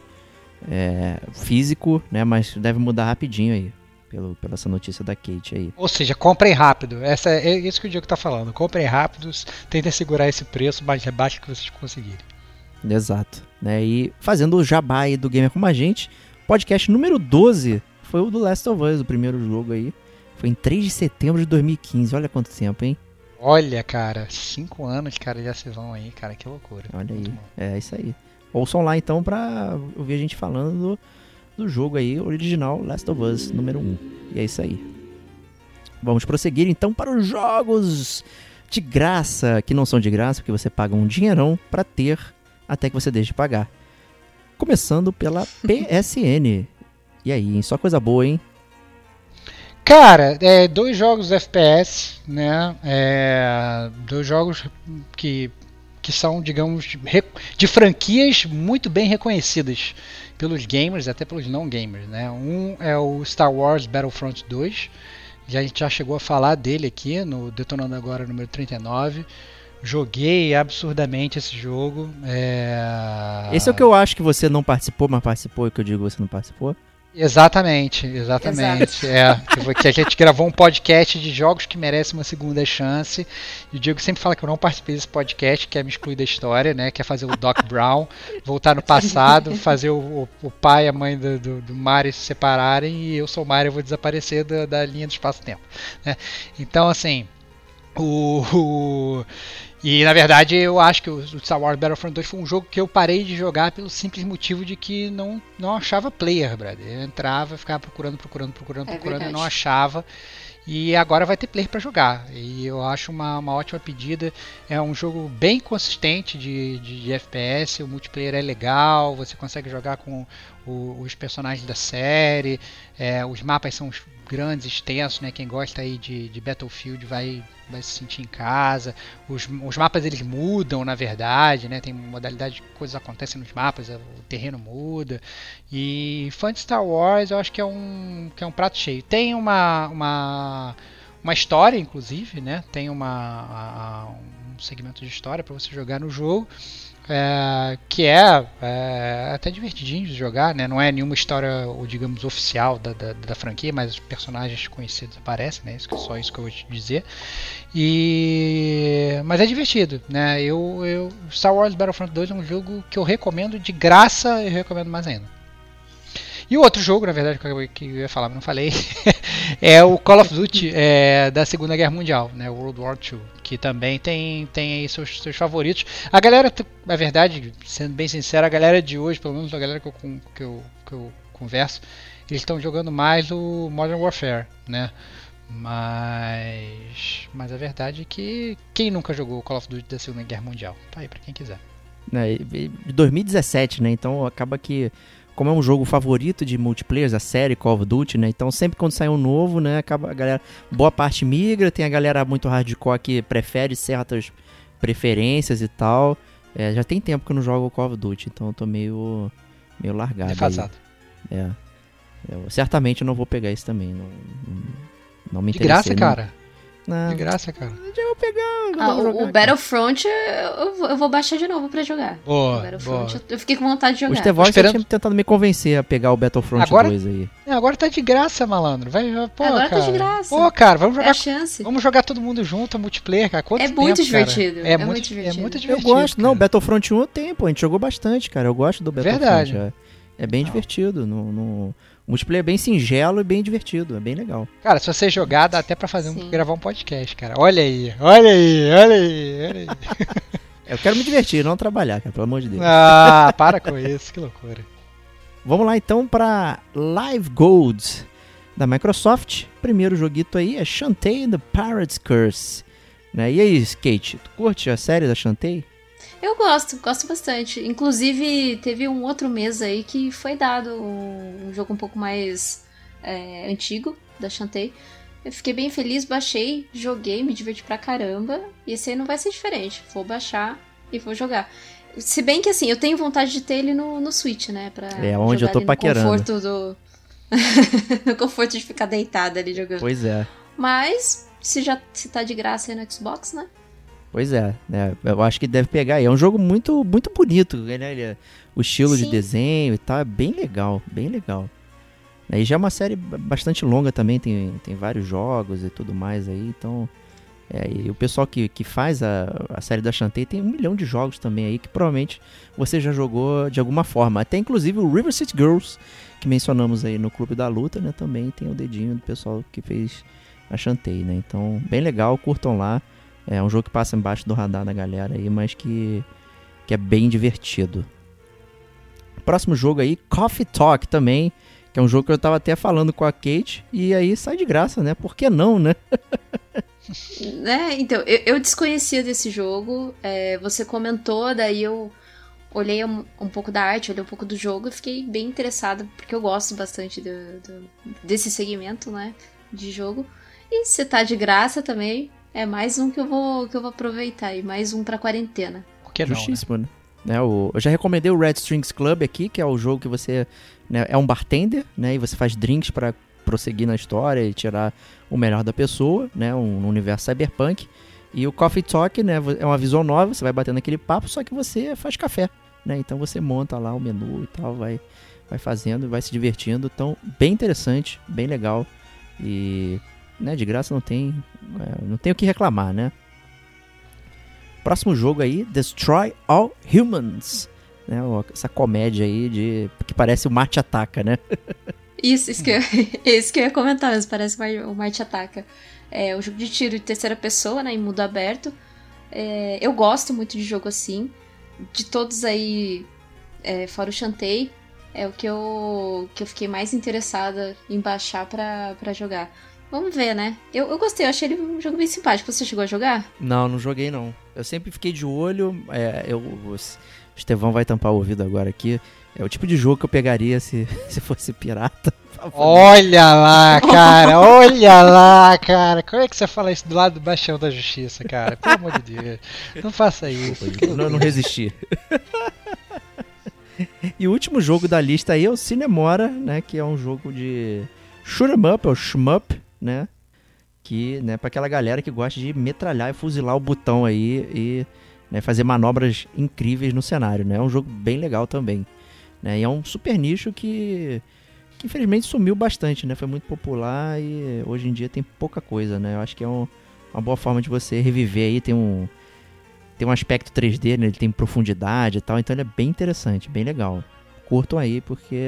físico, né? Mas deve mudar rapidinho aí, pela essa notícia da Kate aí. Ou seja, comprem rápido. É isso que o Diego tá falando. Comprem rápidos, tentem segurar esse preço mais baixo que vocês conseguirem. Exato. Né? E fazendo o jabá aí do Gamer Como a Gente, podcast número 12 foi o do Last of Us, o primeiro jogo aí. Foi em 3 de setembro de 2015. Olha quanto tempo, hein? Olha, cara, 5 anos, cara, já se vão aí, cara, que loucura. Olha aí, é isso aí. Ouçam lá então pra ouvir a gente falando do jogo aí, original Last of Us, número 1. E é isso aí. Vamos prosseguir então para os jogos de graça, que não são de graça, porque você paga um dinheirão pra ter até que você deixe de pagar. Começando pela PSN. E aí, hein? Só coisa boa, hein? Cara, 2 jogos FPS, né? 2 jogos que são, digamos, de franquias muito bem reconhecidas pelos gamers, até pelos não gamers, né? Um é o Star Wars Battlefront 2, a gente já chegou a falar dele aqui no Detonando Agora número 39. Joguei absurdamente esse jogo. Esse é o que eu acho que você não participou, mas participou, e que eu digo que você não participou? Exatamente. Exato. Que a gente gravou um podcast de jogos que merecem uma segunda chance. E o Diego sempre fala que eu não participei desse podcast, quer me excluir da história, né? Quer fazer o Doc Brown, voltar no passado, fazer o pai e a mãe do Mario se separarem e eu sou o Mario e vou desaparecer da linha do espaço-tempo. Né? Então, assim, E na verdade eu acho que o Star Wars Battlefront 2 foi um jogo que eu parei de jogar pelo simples motivo de que não achava player, brother. Eu entrava, ficava procurando e não achava. E agora vai ter player para jogar. E eu acho uma ótima pedida. É um jogo bem consistente de FPS. O multiplayer é legal. Você consegue jogar com os personagens da série. Os mapas são grandes, extensos, né? Quem gosta aí de Battlefield vai se sentir em casa. Os mapas eles mudam, na verdade, né? Tem modalidade de coisas acontecem nos mapas, o terreno muda. E fã de Star Wars, eu acho que é um prato cheio. Tem uma história, inclusive, né? Tem um segmento de história para você jogar no jogo. Que é até divertidinho de jogar, né? Não é nenhuma história, digamos, oficial da franquia, mas os personagens conhecidos aparecem, né? Só isso que eu vou te dizer. Mas é divertido, né? Star Wars Battlefront 2 é um jogo que eu recomendo de graça e recomendo mais ainda. E o outro jogo, na verdade, que eu ia falar, mas não falei, é o Call of Duty da Segunda Guerra Mundial, né? World War II, que também tem aí seus favoritos. A galera, na verdade, sendo bem sincero, a galera de hoje, pelo menos a galera que eu converso, eles estão jogando mais o Modern Warfare, né? Mas a verdade é que quem nunca jogou o Call of Duty da Segunda Guerra Mundial? Tá aí pra quem quiser. De 2017, né? Então acaba que, como é um jogo favorito de multiplayer, a série Call of Duty, né? Então sempre quando sai um novo, né? Acaba a galera, boa parte migra, tem a galera muito hardcore que prefere certas preferências e tal. Já tem tempo que eu não jogo Call of Duty, então eu tô meio largado. Defasado. Certamente eu não vou pegar isso também. Não me de interessei. Graça, cara. Não. De graça, cara. Já vou pegar. O Battlefront eu vou baixar de novo pra jogar. Boa, o Battlefront eu fiquei com vontade de jogar. O Stevox tinha tentado me convencer a pegar o Battlefront 2 aí. Agora tá de graça, malandro. Agora tá de graça. Pô, cara, vamos jogar. É a chance. Vamos jogar todo mundo junto, multiplayer, cara. Quanto tempo, muito divertido. É muito divertido. Eu gosto. Cara. Não, Battlefront 1 eu tenho, pô. A gente jogou bastante, cara. Eu gosto do Battlefront. Verdade. É bem divertido. O multiplayer é bem singelo e bem divertido. É bem legal. Cara, se você jogar, dá até pra gravar um podcast, cara. Olha aí. Eu quero me divertir, não trabalhar, cara, pelo amor de Deus. Ah, para com isso, que loucura. Vamos lá então pra Live Gold da Microsoft. Primeiro joguito aí é Shantae and the Pirate's Curse. Né? E aí, Kate, tu curte a série da Shantae? Eu gosto bastante. Inclusive, teve um outro mês aí que foi dado um jogo um pouco mais antigo da Shantae. Eu fiquei bem feliz, baixei, joguei, me diverti pra caramba. E esse aí não vai ser diferente. Vou baixar e vou jogar. Se bem que assim, eu tenho vontade de ter ele no Switch, né? Pra onde eu tô paquerando. No conforto de ficar deitada ali jogando. Pois é. Mas, se tá de graça aí no Xbox, né? Pois é, né? Eu acho que deve pegar aí. É um jogo muito, muito bonito, né? O estilo de desenho e tal, é bem legal, bem legal. E já é uma série bastante longa também, tem vários jogos e tudo mais aí, então... e o pessoal que faz a série da Shantae tem 1 milhão de jogos também aí, que provavelmente você já jogou de alguma forma. Até inclusive o River City Girls, que mencionamos aí no Clube da Luta, né? Também tem o dedinho do pessoal que fez a Shantae, né? Então, bem legal, curtam lá. É um jogo que passa embaixo do radar da galera aí, mas que é bem divertido. Próximo jogo aí, Coffee Talk também, que é um jogo que eu tava até falando com a Kate, e aí sai de graça, né? Por que não, né? Então, eu desconhecia desse jogo, você comentou, daí eu olhei um pouco da arte, olhei um pouco do jogo e fiquei bem interessada, porque eu gosto bastante desse segmento, né, de jogo. E se tá de graça também, é mais um que eu vou aproveitar, e mais um pra quarentena. Por que não, justíssimo, né? Eu já recomendei o Red Strings Club aqui, que é o jogo que você é um bartender, né, e você faz drinks pra prosseguir na história e tirar o melhor da pessoa, né, um universo cyberpunk. E o Coffee Talk, né, é uma visual nova, você vai batendo aquele papo, só que você faz café, né, então você monta lá o menu e tal, vai vai fazendo, vai se divertindo. Então, bem interessante, bem legal. E, né, de graça não tem o que reclamar, né? Próximo jogo aí, Destroy All Humans. Né, essa comédia aí que parece o Marte Ataca, né? Isso que eu ia comentar, mas parece o Marte Ataca. É um jogo de tiro de terceira pessoa, né, em mundo aberto. Eu gosto muito de jogo assim. De todos aí, fora o Shantae, é o que eu fiquei mais interessada em baixar pra jogar. Vamos ver, né? Eu gostei, eu achei ele um jogo bem simpático. Você chegou a jogar? Não joguei não. Eu sempre fiquei de olho. O Estevão vai tampar o ouvido agora aqui. É o tipo de jogo que eu pegaria se fosse pirata. Olha lá, cara. Olha lá, cara. Como é que você fala isso do lado do Bastião da Justiça, cara? Pelo amor de Deus. Não faça isso. Não resisti. E o último jogo da lista aí é o Cinemora, né? Que é um jogo de shoot 'em up, ou shmup, né? Que, né, pra aquela galera que gosta de metralhar e fuzilar o botão aí e, né, fazer manobras incríveis no cenário, né? É um jogo bem legal também, né? E é um super nicho que infelizmente sumiu bastante, né? Foi muito popular e hoje em dia tem pouca coisa, né? Eu acho que é uma boa forma de você reviver aí, tem um aspecto 3D, né? Ele tem profundidade e tal, então ele é bem interessante, bem legal. Curtam aí porque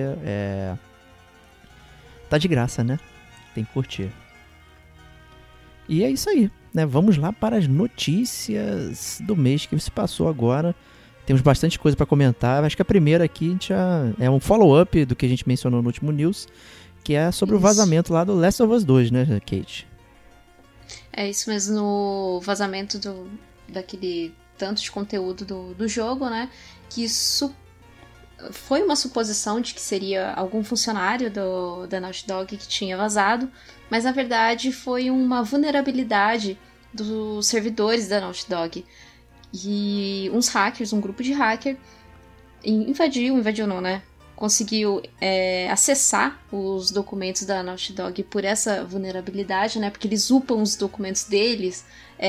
tá de graça, né? Tem que curtir. E é isso aí, né? Vamos lá para as notícias do mês que se passou agora. Temos bastante coisa para comentar. Acho que a primeira aqui é um follow-up do que a gente mencionou no último news, que é sobre o vazamento lá do Last of Us 2, né, Kate? É isso mesmo, no vazamento daquele tanto de conteúdo do jogo, né? Que isso foi uma suposição de que seria algum funcionário da Naughty Dog que tinha vazado, mas na verdade foi uma vulnerabilidade dos servidores da Naughty Dog. E uns hackers, um grupo de hacker, invadiu não, né? Conseguiu acessar os documentos da Naughty Dog por essa vulnerabilidade, né? Porque eles upam os documentos deles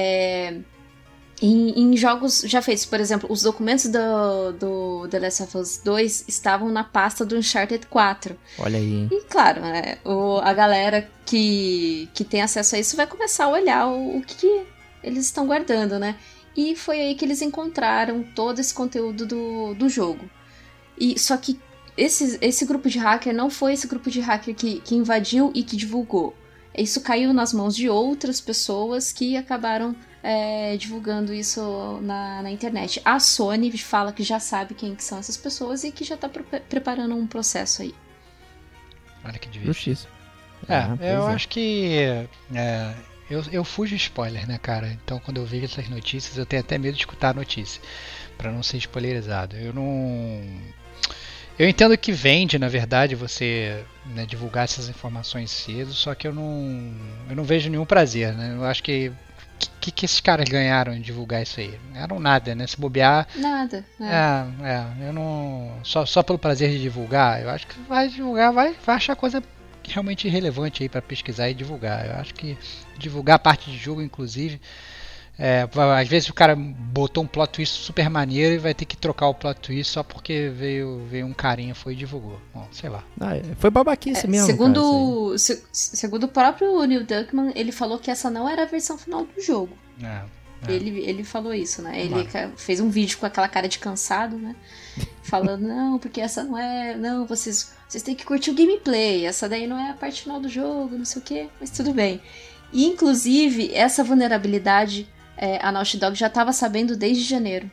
em jogos já feitos. Por exemplo, os documentos do The Last of Us 2 estavam na pasta do Uncharted 4. Olha aí. E claro, né, a galera que tem acesso a isso vai começar a olhar o que eles estão guardando, né? E foi aí que eles encontraram todo esse conteúdo do jogo. E só que esse grupo de hacker não foi esse grupo de hacker que invadiu e que divulgou. Isso caiu nas mãos de outras pessoas que acabaram divulgando isso na internet. A Sony fala que já sabe quem que são essas pessoas e que já está preparando um processo aí. Olha que divertido. Justiça. Eu acho que... Eu fujo spoiler, né, cara? Então, quando eu vejo essas notícias, eu tenho até medo de escutar a notícia, pra não ser spoilerizado. Eu entendo que vende, na verdade, você, né, divulgar essas informações cedo, só que eu não vejo nenhum prazer, né? Eu acho que esses caras ganharam em divulgar isso aí? Não eram nada, né? Se bobear... Nada. Eu não... Só pelo prazer de divulgar, eu acho que vai divulgar, vai achar coisa realmente relevante aí para pesquisar e divulgar. Eu acho que divulgar a parte de jogo, inclusive, às vezes o cara botou um plot twist super maneiro e vai ter que trocar o plot twist só porque veio um carinha, foi e divulgou. Bom, sei lá. Foi babaquice mesmo. Segundo o próprio Neil Druckmann, ele falou que essa não era a versão final do jogo. Ele falou isso, né? Ele fez um vídeo com aquela cara de cansado, né? Falando, não, porque essa não é... Não, vocês têm que curtir o gameplay. Essa daí não é a parte final do jogo, não sei o quê. Mas tudo bem. E, inclusive, essa vulnerabilidade, a Naughty Dog já estava sabendo desde janeiro.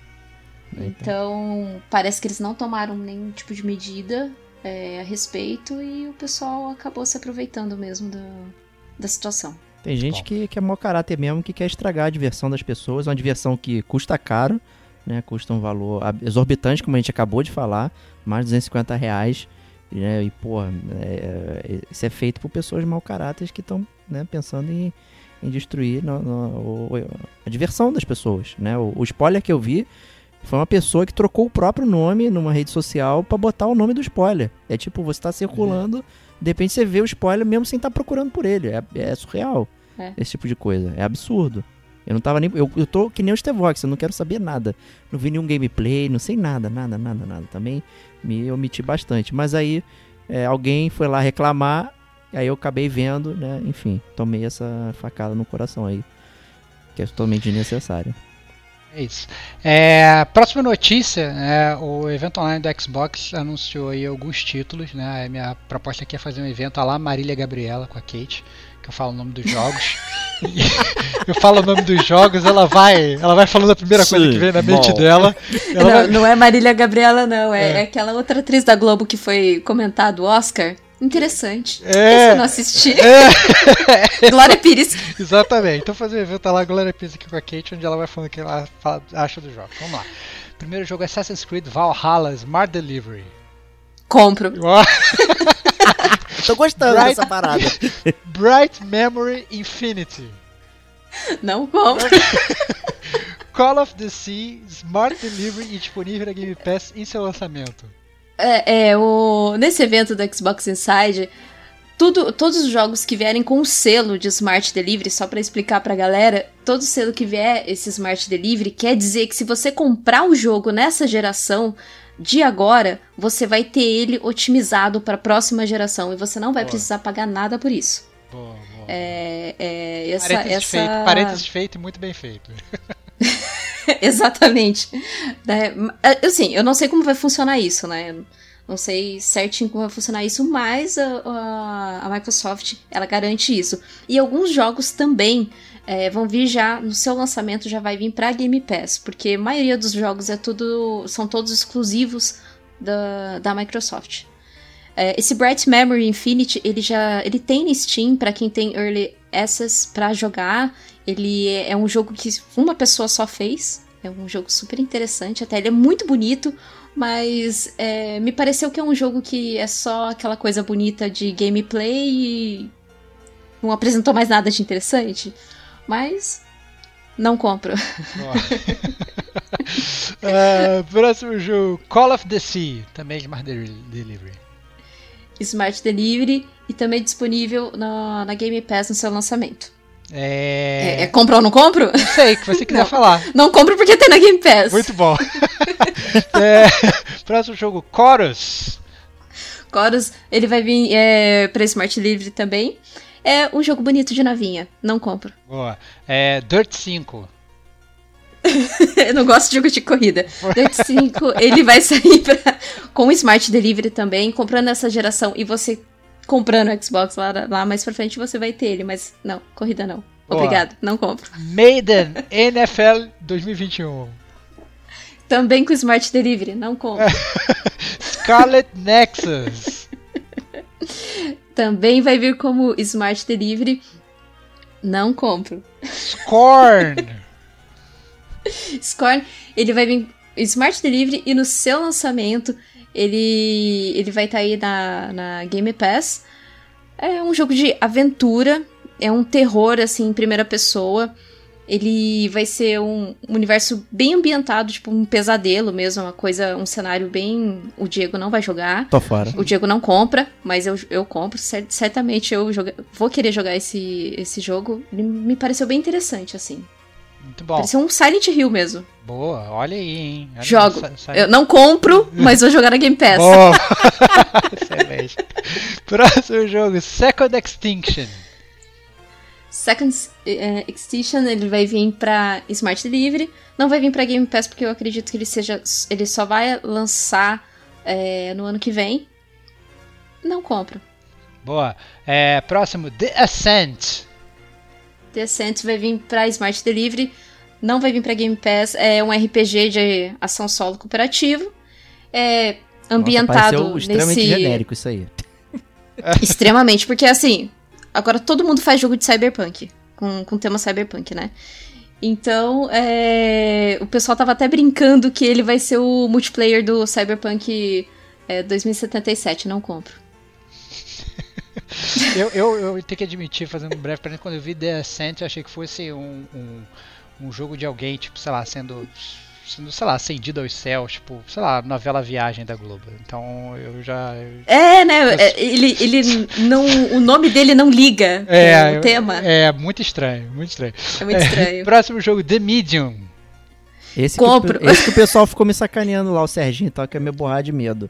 Então, parece que eles não tomaram nenhum tipo de medida a respeito e o pessoal acabou se aproveitando mesmo da situação. Tem gente que é mau caráter mesmo, que quer estragar a diversão das pessoas. É uma diversão que custa caro, né? Custa um valor exorbitante, como a gente acabou de falar, mais de R$250, né? E, isso é feito por pessoas mau caráteres que estão, né, pensando em destruir a diversão das pessoas, né? O spoiler que eu vi foi uma pessoa que trocou o próprio nome numa rede social pra botar o nome do spoiler. É tipo, você tá circulando... De repente você vê o spoiler mesmo sem estar procurando por ele. É surreal esse tipo de coisa. É absurdo. Eu não tava nem. Eu tô que nem o Stevox, eu não quero saber nada. Não vi nenhum gameplay, não sei nada. Também me omiti bastante. Mas aí alguém foi lá reclamar, aí eu acabei vendo, né? Enfim, tomei essa facada no coração aí. Que é totalmente desnecessário. É isso. Próxima notícia, o evento online do Xbox anunciou aí alguns títulos, né? A minha proposta aqui é fazer um evento à la Marília Gabriela com a Kate, que eu falo o nome dos jogos. Eu falo o nome dos jogos, ela vai falando a primeira coisa que vem na mente dela. Não é Marília Gabriela, não. É aquela outra atriz da Globo que foi comentado, Oscar. Interessante. Esse eu não assisti. Glória Pires. Exatamente. Então fazer um evento lá, Glória Pires aqui com a Kate, onde ela vai falando o que ela acha do jogo. Vamos lá. Primeiro jogo é Assassin's Creed Valhalla Smart Delivery. Compro. Tô gostando dessa parada. Bright Memory Infinity. Não compro. Call of the Sea Smart Delivery e disponível na Game Pass em seu lançamento. Nesse evento do Xbox Inside, todos os jogos que vierem com o selo de Smart Delivery, só pra explicar pra galera, todo selo que vier esse Smart Delivery quer dizer que se você comprar o jogo nessa geração de agora, você vai ter ele otimizado pra próxima geração e você não vai precisar pagar nada por isso. Boa. Parênteses feito e muito bem feito. Exatamente. Assim, eu não sei como vai funcionar isso, né? Não sei certinho como vai funcionar isso, mas a Microsoft, ela garante isso. E alguns jogos também vão vir já, no seu lançamento já vai vir pra Game Pass, porque a maioria dos jogos são todos exclusivos da Microsoft. Esse Bright Memory Infinity, ele tem no Steam pra quem tem Early Access pra jogar. Ele é um jogo que uma pessoa só fez. É um jogo super interessante, até ele é muito bonito, mas me pareceu que é um jogo que é só aquela coisa bonita de gameplay e não apresentou mais nada de interessante. Mas não compro. Próximo jogo, Call of the Sea, também Smart Delivery. Smart Delivery e também disponível na Game Pass no seu lançamento. Compro ou não compro? Não sei, que você quiser falar. Não compro porque tem na Game Pass. Muito bom. Próximo jogo, Chorus. Chorus, ele vai vir pra Smart Delivery também. É um jogo bonito de navinha. Não compro. Boa. Dirt 5. Eu não gosto de jogo de corrida. Dirt 5, ele vai sair com Smart Delivery também. Comprando essa geração e você comprando o Xbox lá mais pra frente, você vai ter ele. Mas não, corrida não. Obrigado, não compro. Maiden NFL 2021. Também com Smart Delivery, não compro. Scarlet Nexus. Também vai vir como Smart Delivery. Não compro. Scorn. Scorn, ele vai vir Smart Delivery e no seu lançamento ele vai estar aí na Game Pass. É um jogo de aventura, é um terror assim em primeira pessoa. Ele vai ser um universo bem ambientado, tipo um pesadelo mesmo, um cenário bem... O Diego não vai jogar. Tô fora. O Diego não compra, mas eu compro. Certamente vou querer jogar esse jogo. Ele me pareceu bem interessante, assim. Muito bom. Pareceu um Silent Hill mesmo. Boa, olha aí, hein. Jogo. Eu não compro, mas vou jogar na Game Pass. Boa. Excelente. Próximo jogo, Second Extinction. Second Extinction, ele vai vir pra Smart Delivery. Não vai vir pra Game Pass, porque eu acredito que ele só vai lançar no ano que vem. Não compro. Boa. Próximo, The Ascent. The Ascent vai vir pra Smart Delivery. Não vai vir pra Game Pass. É um RPG de ação solo cooperativo. É ambientado extremamente genérico isso aí. Extremamente, porque assim... Agora todo mundo faz jogo de cyberpunk, com tema cyberpunk, né? Então, o pessoal tava até brincando que ele vai ser o multiplayer do Cyberpunk 2077, não compro. eu tenho que admitir, fazendo um breve parênteses, quando eu vi The Ascent, eu achei que fosse um jogo de alguém, tipo, sei lá, sendo sendo, sei lá, acendido aos céus, tipo, sei lá, novela Viagem da Globo. Então eu já... Ele não... O nome dele não liga com o tema. É, muito estranho, muito estranho. É muito estranho. Próximo jogo, The Medium. Esse Compro. Esse que o pessoal ficou me sacaneando lá, o Serginho e tal, que é meio borrar de medo.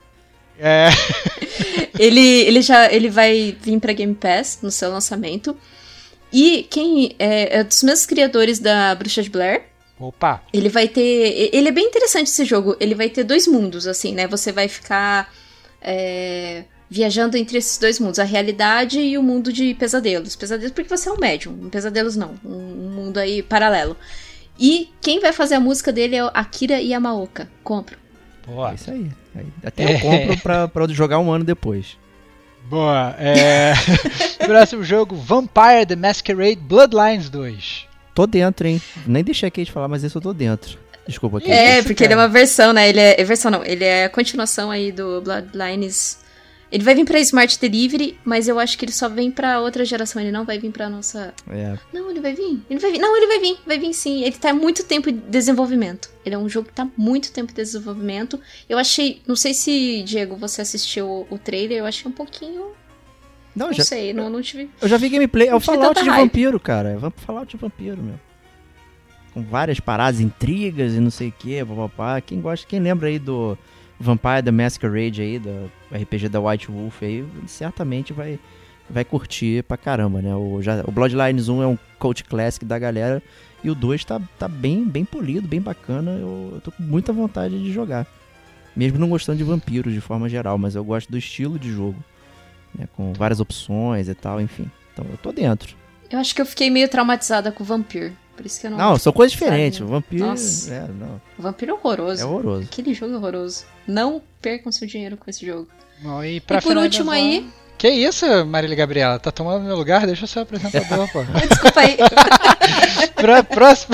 Ele vai vir pra Game Pass no seu lançamento. E quem é dos mesmos criadores da Bruxa de Blair. Opa! Ele vai ter... Ele é bem interessante esse jogo. Ele vai ter 2 mundos, assim, né? Você vai ficar viajando entre esses 2 mundos. A realidade e o mundo de pesadelos. Pesadelos porque você é um médium. Pesadelos não. Um mundo aí paralelo. E quem vai fazer a música dele é o Akira Yamaoka. Compro. Boa. É isso aí. Até eu compro pra jogar um ano depois. Boa. Próximo jogo, Vampire the Masquerade Bloodlines 2. Tô dentro, hein? Nem deixei a Kate falar, mas esse eu tô dentro. Desculpa, Kate. Porque ele é uma versão, né? Ele é a continuação aí do Bloodlines. Ele vai vir pra Smart Delivery, mas eu acho que ele só vem pra outra geração, ele não vai vir pra nossa... Não, ele vai vir. Não, ele vai vir sim. Ele tá há muito tempo em desenvolvimento. Ele é um jogo que tá há muito tempo em desenvolvimento. Eu achei... Não sei se, Diego, você assistiu o trailer, eu achei um pouquinho... Não sei, não tive... Eu já vi gameplay, é o Fallout de hype. vampiro, cara. Fallout de vampiro, meu. Com várias paradas, intrigas e não sei o que, papapá. Quem lembra aí do Vampire the Masquerade aí, do RPG da White Wolf aí, certamente vai curtir pra caramba, né? O Bloodlines 1 é um cult classic da galera e o 2 tá bem polido, bem bacana. Eu tô com muita vontade de jogar. Mesmo não gostando de vampiros de forma geral, mas eu gosto do estilo de jogo. Né, com várias opções e tal, enfim. Então eu tô dentro. Eu acho que eu fiquei meio traumatizada com o Vampir. Por isso que eu não... Não, são coisas diferentes. O Vampiro... Nossa. O Vampiro é horroroso. É horroroso. Aquele jogo é horroroso. Não percam seu dinheiro com esse jogo. Bom, e por último aí... Que isso, Marília Gabriela? Tá tomando meu lugar? Deixa eu ser apresentador, pô. Desculpa aí. Próximo...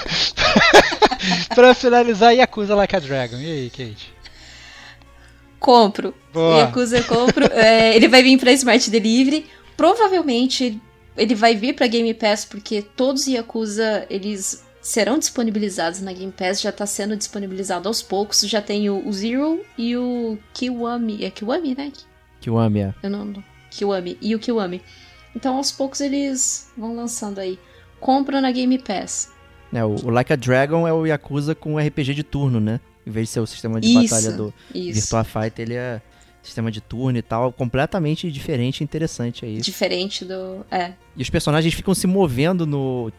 pra finalizar, Yakuza Like a Dragon. E aí, Kate? Compro. Boa. Yakuza compro. Ele vai vir pra Smart Delivery. Provavelmente ele vai vir pra Game Pass, porque todos os Yakuza, eles serão disponibilizados na Game Pass. Já tá sendo disponibilizado aos poucos. Já tem o Zero e o Kiwami. É Kiwami, né? Kiwami, é. Eu não... Kiwami. E o Kiwami. Então, aos poucos, eles vão lançando aí. Compro na Game Pass. O Like a Dragon é o Yakuza com RPG de turno, né? Em vez de ser o sistema de batalha do Virtua Fighter, ele é sistema de turno e tal, completamente diferente e interessante aí. Diferente do... E os personagens ficam se movendo no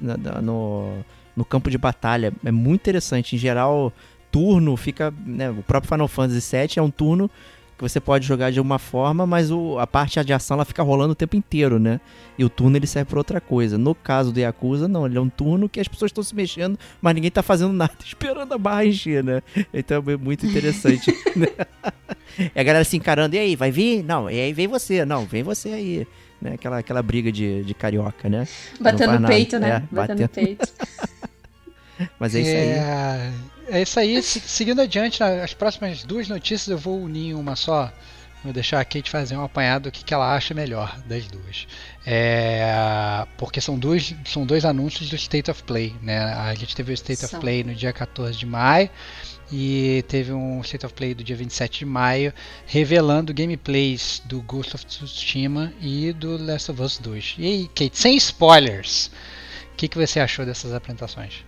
campo de batalha. É muito interessante. Em geral, turno fica... Né, o próprio Final Fantasy VII é um turno que você pode jogar de uma forma, mas a parte de ação ela fica rolando o tempo inteiro, né? E o turno ele serve pra outra coisa. No caso do Yakuza, não. Ele é um turno que as pessoas estão se mexendo, mas ninguém tá fazendo nada, esperando a barra encher, né? Então é muito interessante. Né? E a galera se encarando, e aí, vai vir? Não, e aí vem você. Não, vem você aí. Né? Aquela briga de carioca, né? Batendo no peito, né? Batendo no peito. Mas é isso aí. É isso aí. Seguindo adiante, as próximas 2 notícias eu vou unir em uma só. Vou deixar a Kate fazer um apanhado do que ela acha melhor das duas. Porque são dois anúncios do State of Play. Né? A gente teve o State of Play no dia 14 de maio. E teve um State of Play do dia 27 de maio, revelando gameplays do Ghost of Tsushima e do Last of Us 2. E aí, Kate, sem spoilers, o que você achou dessas apresentações?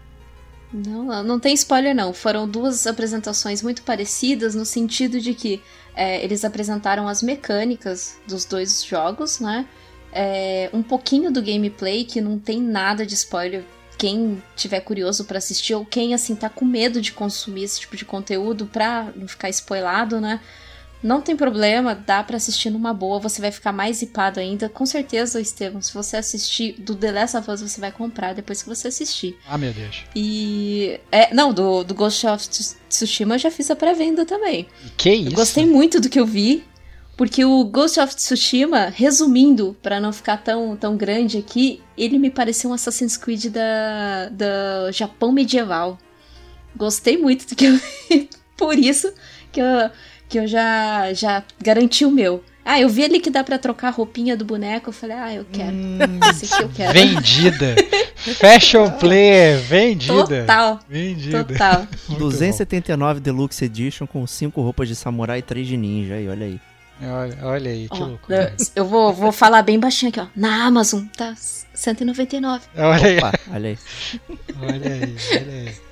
Não tem spoiler não, foram 2 apresentações muito parecidas no sentido de que eles apresentaram as mecânicas dos 2 jogos, né? Um pouquinho do gameplay, que não tem nada de spoiler, quem tiver curioso pra assistir, ou quem assim tá com medo de consumir esse tipo de conteúdo pra não ficar spoilado, né? Não tem problema, dá pra assistir numa boa, você vai ficar mais hipado ainda. Com certeza, Estevão, se você assistir do The Last of Us, você vai comprar depois que você assistir. Ah, meu Deus. E... do Ghost of Tsushima eu já fiz a pré-venda também. Que isso? Eu gostei muito do que eu vi, porque o Ghost of Tsushima, resumindo, pra não ficar tão grande aqui, ele me pareceu um Assassin's Creed da Japão medieval. Gostei muito do que eu vi, por isso que eu já garanti o meu. Eu vi ali que dá pra trocar a roupinha do boneco, eu falei, eu quero. Esse aqui eu quero. Vendida. Fashion Player, vendida. Total. Vendida. Total. Muito 279 Deluxe Edition com 5 roupas de samurai e 3 de ninja. Aí, olha aí. Olha aí, que Ó, loucura. eu vou falar bem baixinho aqui, ó. Na Amazon, tá 199. Olha aí. Opa, olha aí. Olha aí, olha aí.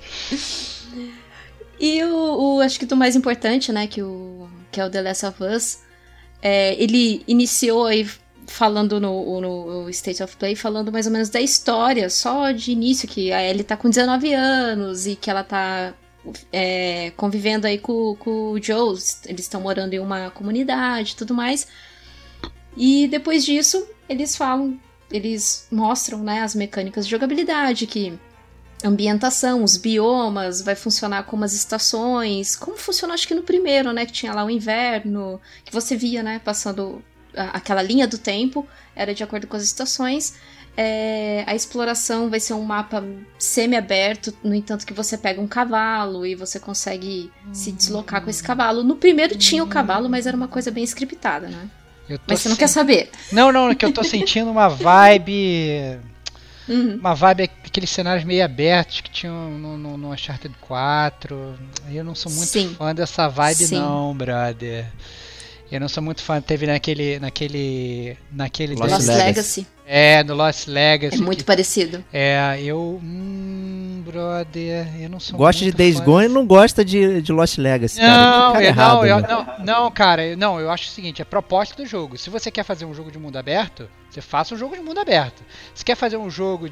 E acho que do mais importante, né, que é o The Last of Us, ele iniciou aí falando no State of Play, falando mais ou menos da história, só de início, que a Ellie tá com 19 anos e que ela tá convivendo aí com o Joel, eles estão morando em uma comunidade e tudo mais. E depois disso, eles mostram, né, as mecânicas de jogabilidade, que ambientação, os biomas, vai funcionar como as estações, como funcionou acho que no primeiro, né, que tinha lá o inverno, que você via, né, passando aquela linha do tempo, era de acordo com as estações. A exploração vai ser um mapa semi-aberto, no entanto que você pega um cavalo e você consegue se deslocar com esse cavalo. No primeiro tinha o cavalo, mas era uma coisa bem scriptada, né? Mas você não quer saber. Não, que eu tô sentindo uma vibe... Uma vibe, aqueles cenários meio abertos que tinham no Uncharted 4. Eu não sou muito fã dessa vibe, não, brother. Eu não sou muito fã. Teve naquele Lost Legacy. No Lost Legacy. É muito parecido. Brother, eu não sou gosta muito de Days fã Gone e não gosta de Lost Legacy, cara. Eu acho o seguinte, é proposta do jogo. Se você quer fazer um jogo de mundo aberto, você faça um jogo de mundo aberto. Se quer fazer um jogo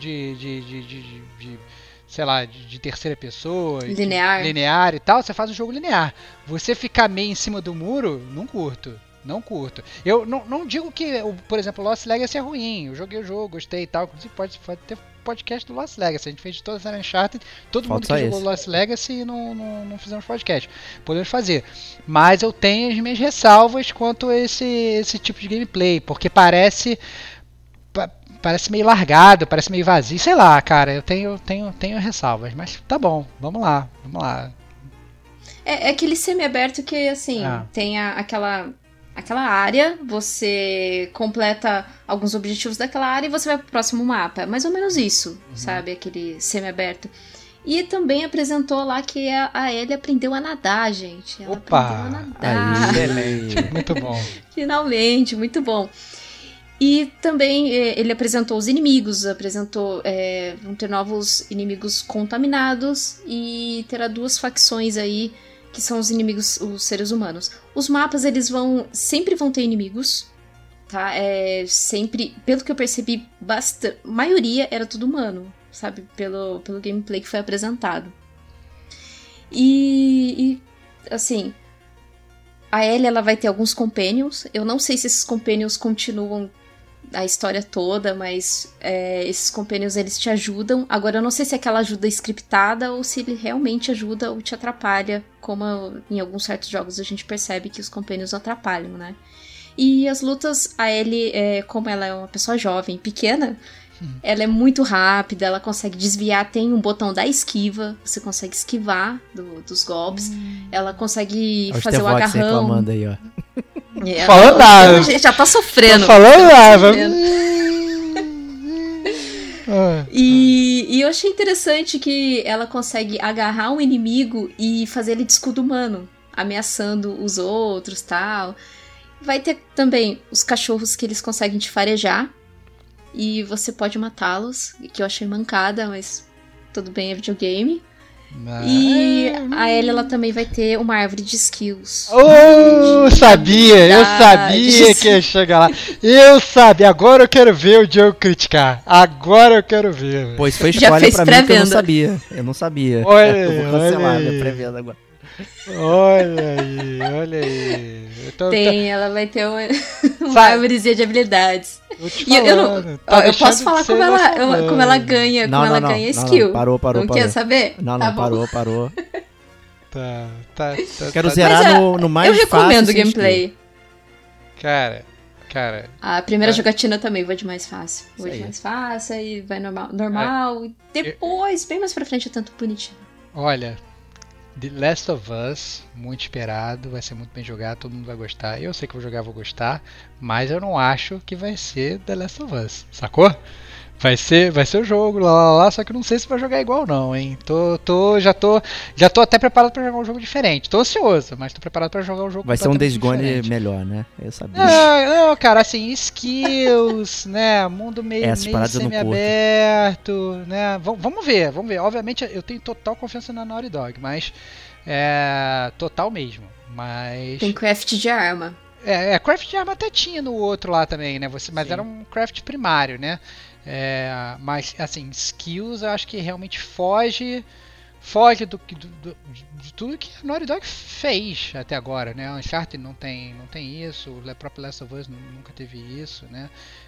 sei lá, de terceira pessoa, linear e tal, você faz um jogo linear. Você ficar meio em cima do muro, não curto. Eu não digo que, por exemplo, Lost Legacy é ruim. Eu joguei o jogo, gostei e tal. Inclusive pode ter podcast do Lost Legacy. A gente fez de todas as Uncharted. Todo mundo que jogou Lost Legacy e não fizemos podcast. Podemos fazer. Mas eu tenho as minhas ressalvas quanto a esse tipo de gameplay. Porque parece meio largado, parece meio vazio. Sei lá, cara. Eu tenho ressalvas. Mas tá bom. Vamos lá. É aquele semi-aberto que, assim, tem aquela área, você completa alguns objetivos daquela área e você vai pro próximo mapa. É mais ou menos isso, sabe? Aquele semi-aberto. E também apresentou lá que a Ellie aprendeu a nadar, gente. Ela aprendeu a nadar. Excelente, muito bom. Finalmente, muito bom. E também ele apresentou os inimigos, vão ter novos inimigos contaminados e terá 2 facções aí, que são os inimigos, os seres humanos. Os mapas, eles sempre vão ter inimigos, tá? Sempre, pelo que eu percebi, a maioria era tudo humano, sabe? Pelo gameplay que foi apresentado. E assim, a Ellie, ela vai ter alguns companions. Eu não sei se esses companions continuam a história toda, mas esses companions, eles te ajudam. Agora, eu não sei se é aquela ajuda scriptada ou se ele realmente ajuda ou te atrapalha, como em alguns certos jogos a gente percebe que os companions atrapalham, né? E as lutas, a Ellie, como ela é uma pessoa jovem, pequena, ela é muito rápida, ela consegue desviar, tem um botão da esquiva, você consegue esquivar dos golpes, ela consegue fazer o agarrão. Reclamando aí, ó. Falando nada. A gente já tá sofrendo. Tô falando nada. E eu achei interessante que ela consegue agarrar um inimigo e fazer ele de escudo humano, ameaçando os outros e tal. Vai ter também os cachorros que eles conseguem te farejar e você pode matá-los, que eu achei mancada, mas tudo bem, é videogame. E a Ellie, ela também vai ter uma árvore de skills. Eu sabia que ia chegar lá. Eu sabia, agora eu quero ver o Diogo criticar. Agora eu quero ver. Pois foi spoiler pra mim que eu não sabia. Eu vou cancelar minha pré-venda agora. Olha aí. Ela vai ter uma árvorezinha de habilidades. Eu posso falar como ela ganha, ganha skill. Parou. Não quer saber? Não, parou. Tá. Quero zerar no mais fácil. Eu recomendo o gameplay. Cara. A primeira jogatina também vai de mais fácil. Vai de mais fácil, aí vai normal. E depois, bem mais pra frente, é tanto bonitinho. Olha, The Last of Us, muito esperado, vai ser muito bem jogado, todo mundo vai gostar. Eu sei que vou jogar, vou gostar, mas eu não acho que vai ser The Last of Us, sacou? Vai ser o jogo, lá, só que eu não sei se vai jogar igual não, hein. Já tô até preparado pra jogar um jogo diferente. Tô ansioso, mas tô preparado pra jogar um jogo Vai ser um Days completamente Gone diferente. melhor, né? Eu sabia. Não, cara, assim, skills, né, mundo meio Essas paradas eu não curto. semi-aberto, né, vamos ver. Obviamente eu tenho total confiança na Naughty Dog, mas, total mesmo, mas... Tem craft de arma. Craft de arma até tinha no outro lá também, né, mas Sim. era um craft primário, né, mas, assim, skills eu acho que realmente foge de tudo que a Naughty Dog fez até agora, né? O Uncharted não tem isso, o próprio Last of Us nunca teve isso, né?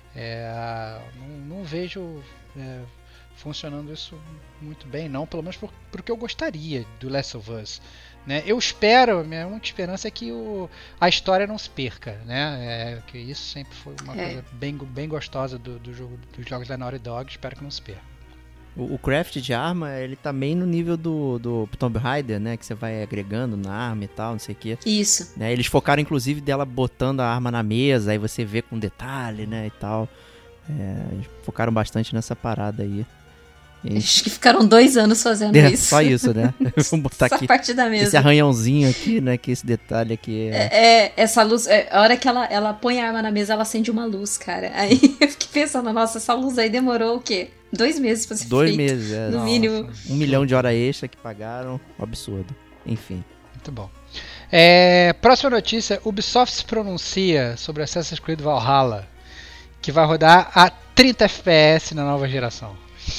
Não vejo funcionando isso muito bem, não, pelo menos por que eu gostaria do Last of Us, né? Eu espero, minha única esperança é que a história não se perca, né? Que isso sempre foi uma coisa bem gostosa dos jogos da Naughty Dog, espero que não se perca. O craft de arma, ele tá bem no nível do Tomb Raider, né? Que você vai agregando na arma e tal, não sei o quê. Isso. Né? Eles focaram, inclusive, dela botando a arma na mesa, aí você vê com detalhe, né, e tal. Eles focaram bastante nessa parada aí. Acho que ficaram 2 anos fazendo isso. Só isso, né? Vamos botar Só aqui a parte da mesa. esse arranhãozinho aqui, né? Que esse detalhe aqui essa luz, a hora que ela põe a arma na mesa, ela acende uma luz, cara. Aí eu fiquei pensando, nossa, essa luz aí demorou o quê? 2 meses pra ser 2 feita. meses, No mínimo. 1 milhão de hora extra que pagaram. Um absurdo. Enfim. Muito bom. Próxima notícia, Ubisoft se pronuncia sobre Assassin's Creed Valhalla, que vai rodar a 30 FPS na nova geração.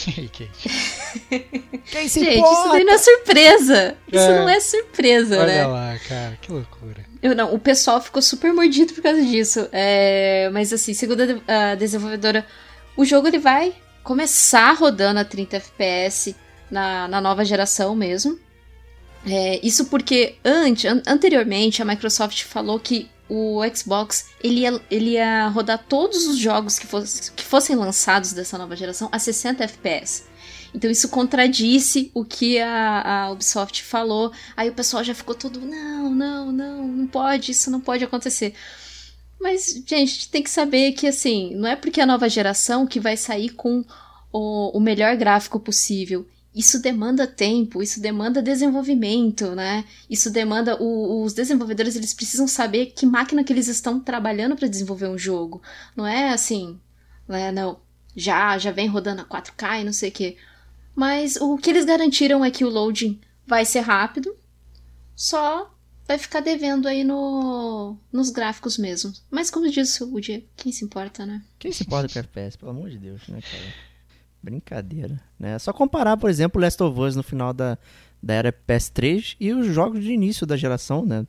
Quem se Gente, importa? isso daí não é surpresa. Isso não é surpresa, Olha né? lá, cara, que loucura. O pessoal ficou super mordido por causa disso. Mas assim, segundo a desenvolvedora, o jogo ele vai começar rodando a 30 FPS na nova geração mesmo. Isso porque anteriormente a Microsoft falou que o Xbox ele ia rodar todos os jogos que fossem lançados dessa nova geração a 60 FPS. Então isso contradisse o que a Ubisoft falou. Aí o pessoal já ficou todo, não pode, isso não pode acontecer. Mas, gente, tem que saber que, assim, não é porque a nova geração que vai sair com o melhor gráfico possível. Isso demanda tempo, isso demanda desenvolvimento, né? Isso demanda... Os desenvolvedores, eles precisam saber que máquina que eles estão trabalhando para desenvolver um jogo. Não é assim, não, já vem rodando a 4K e não sei o quê. Mas o que eles garantiram é que o loading vai ser rápido, só vai ficar devendo aí nos gráficos mesmo. Mas como disse o Diego, quem se importa, né? Quem se importa com FPS, pelo amor de Deus, né, cara? Brincadeira, né? Só comparar, por exemplo, Last of Us no final da era PS3 e os jogos de início da geração, né?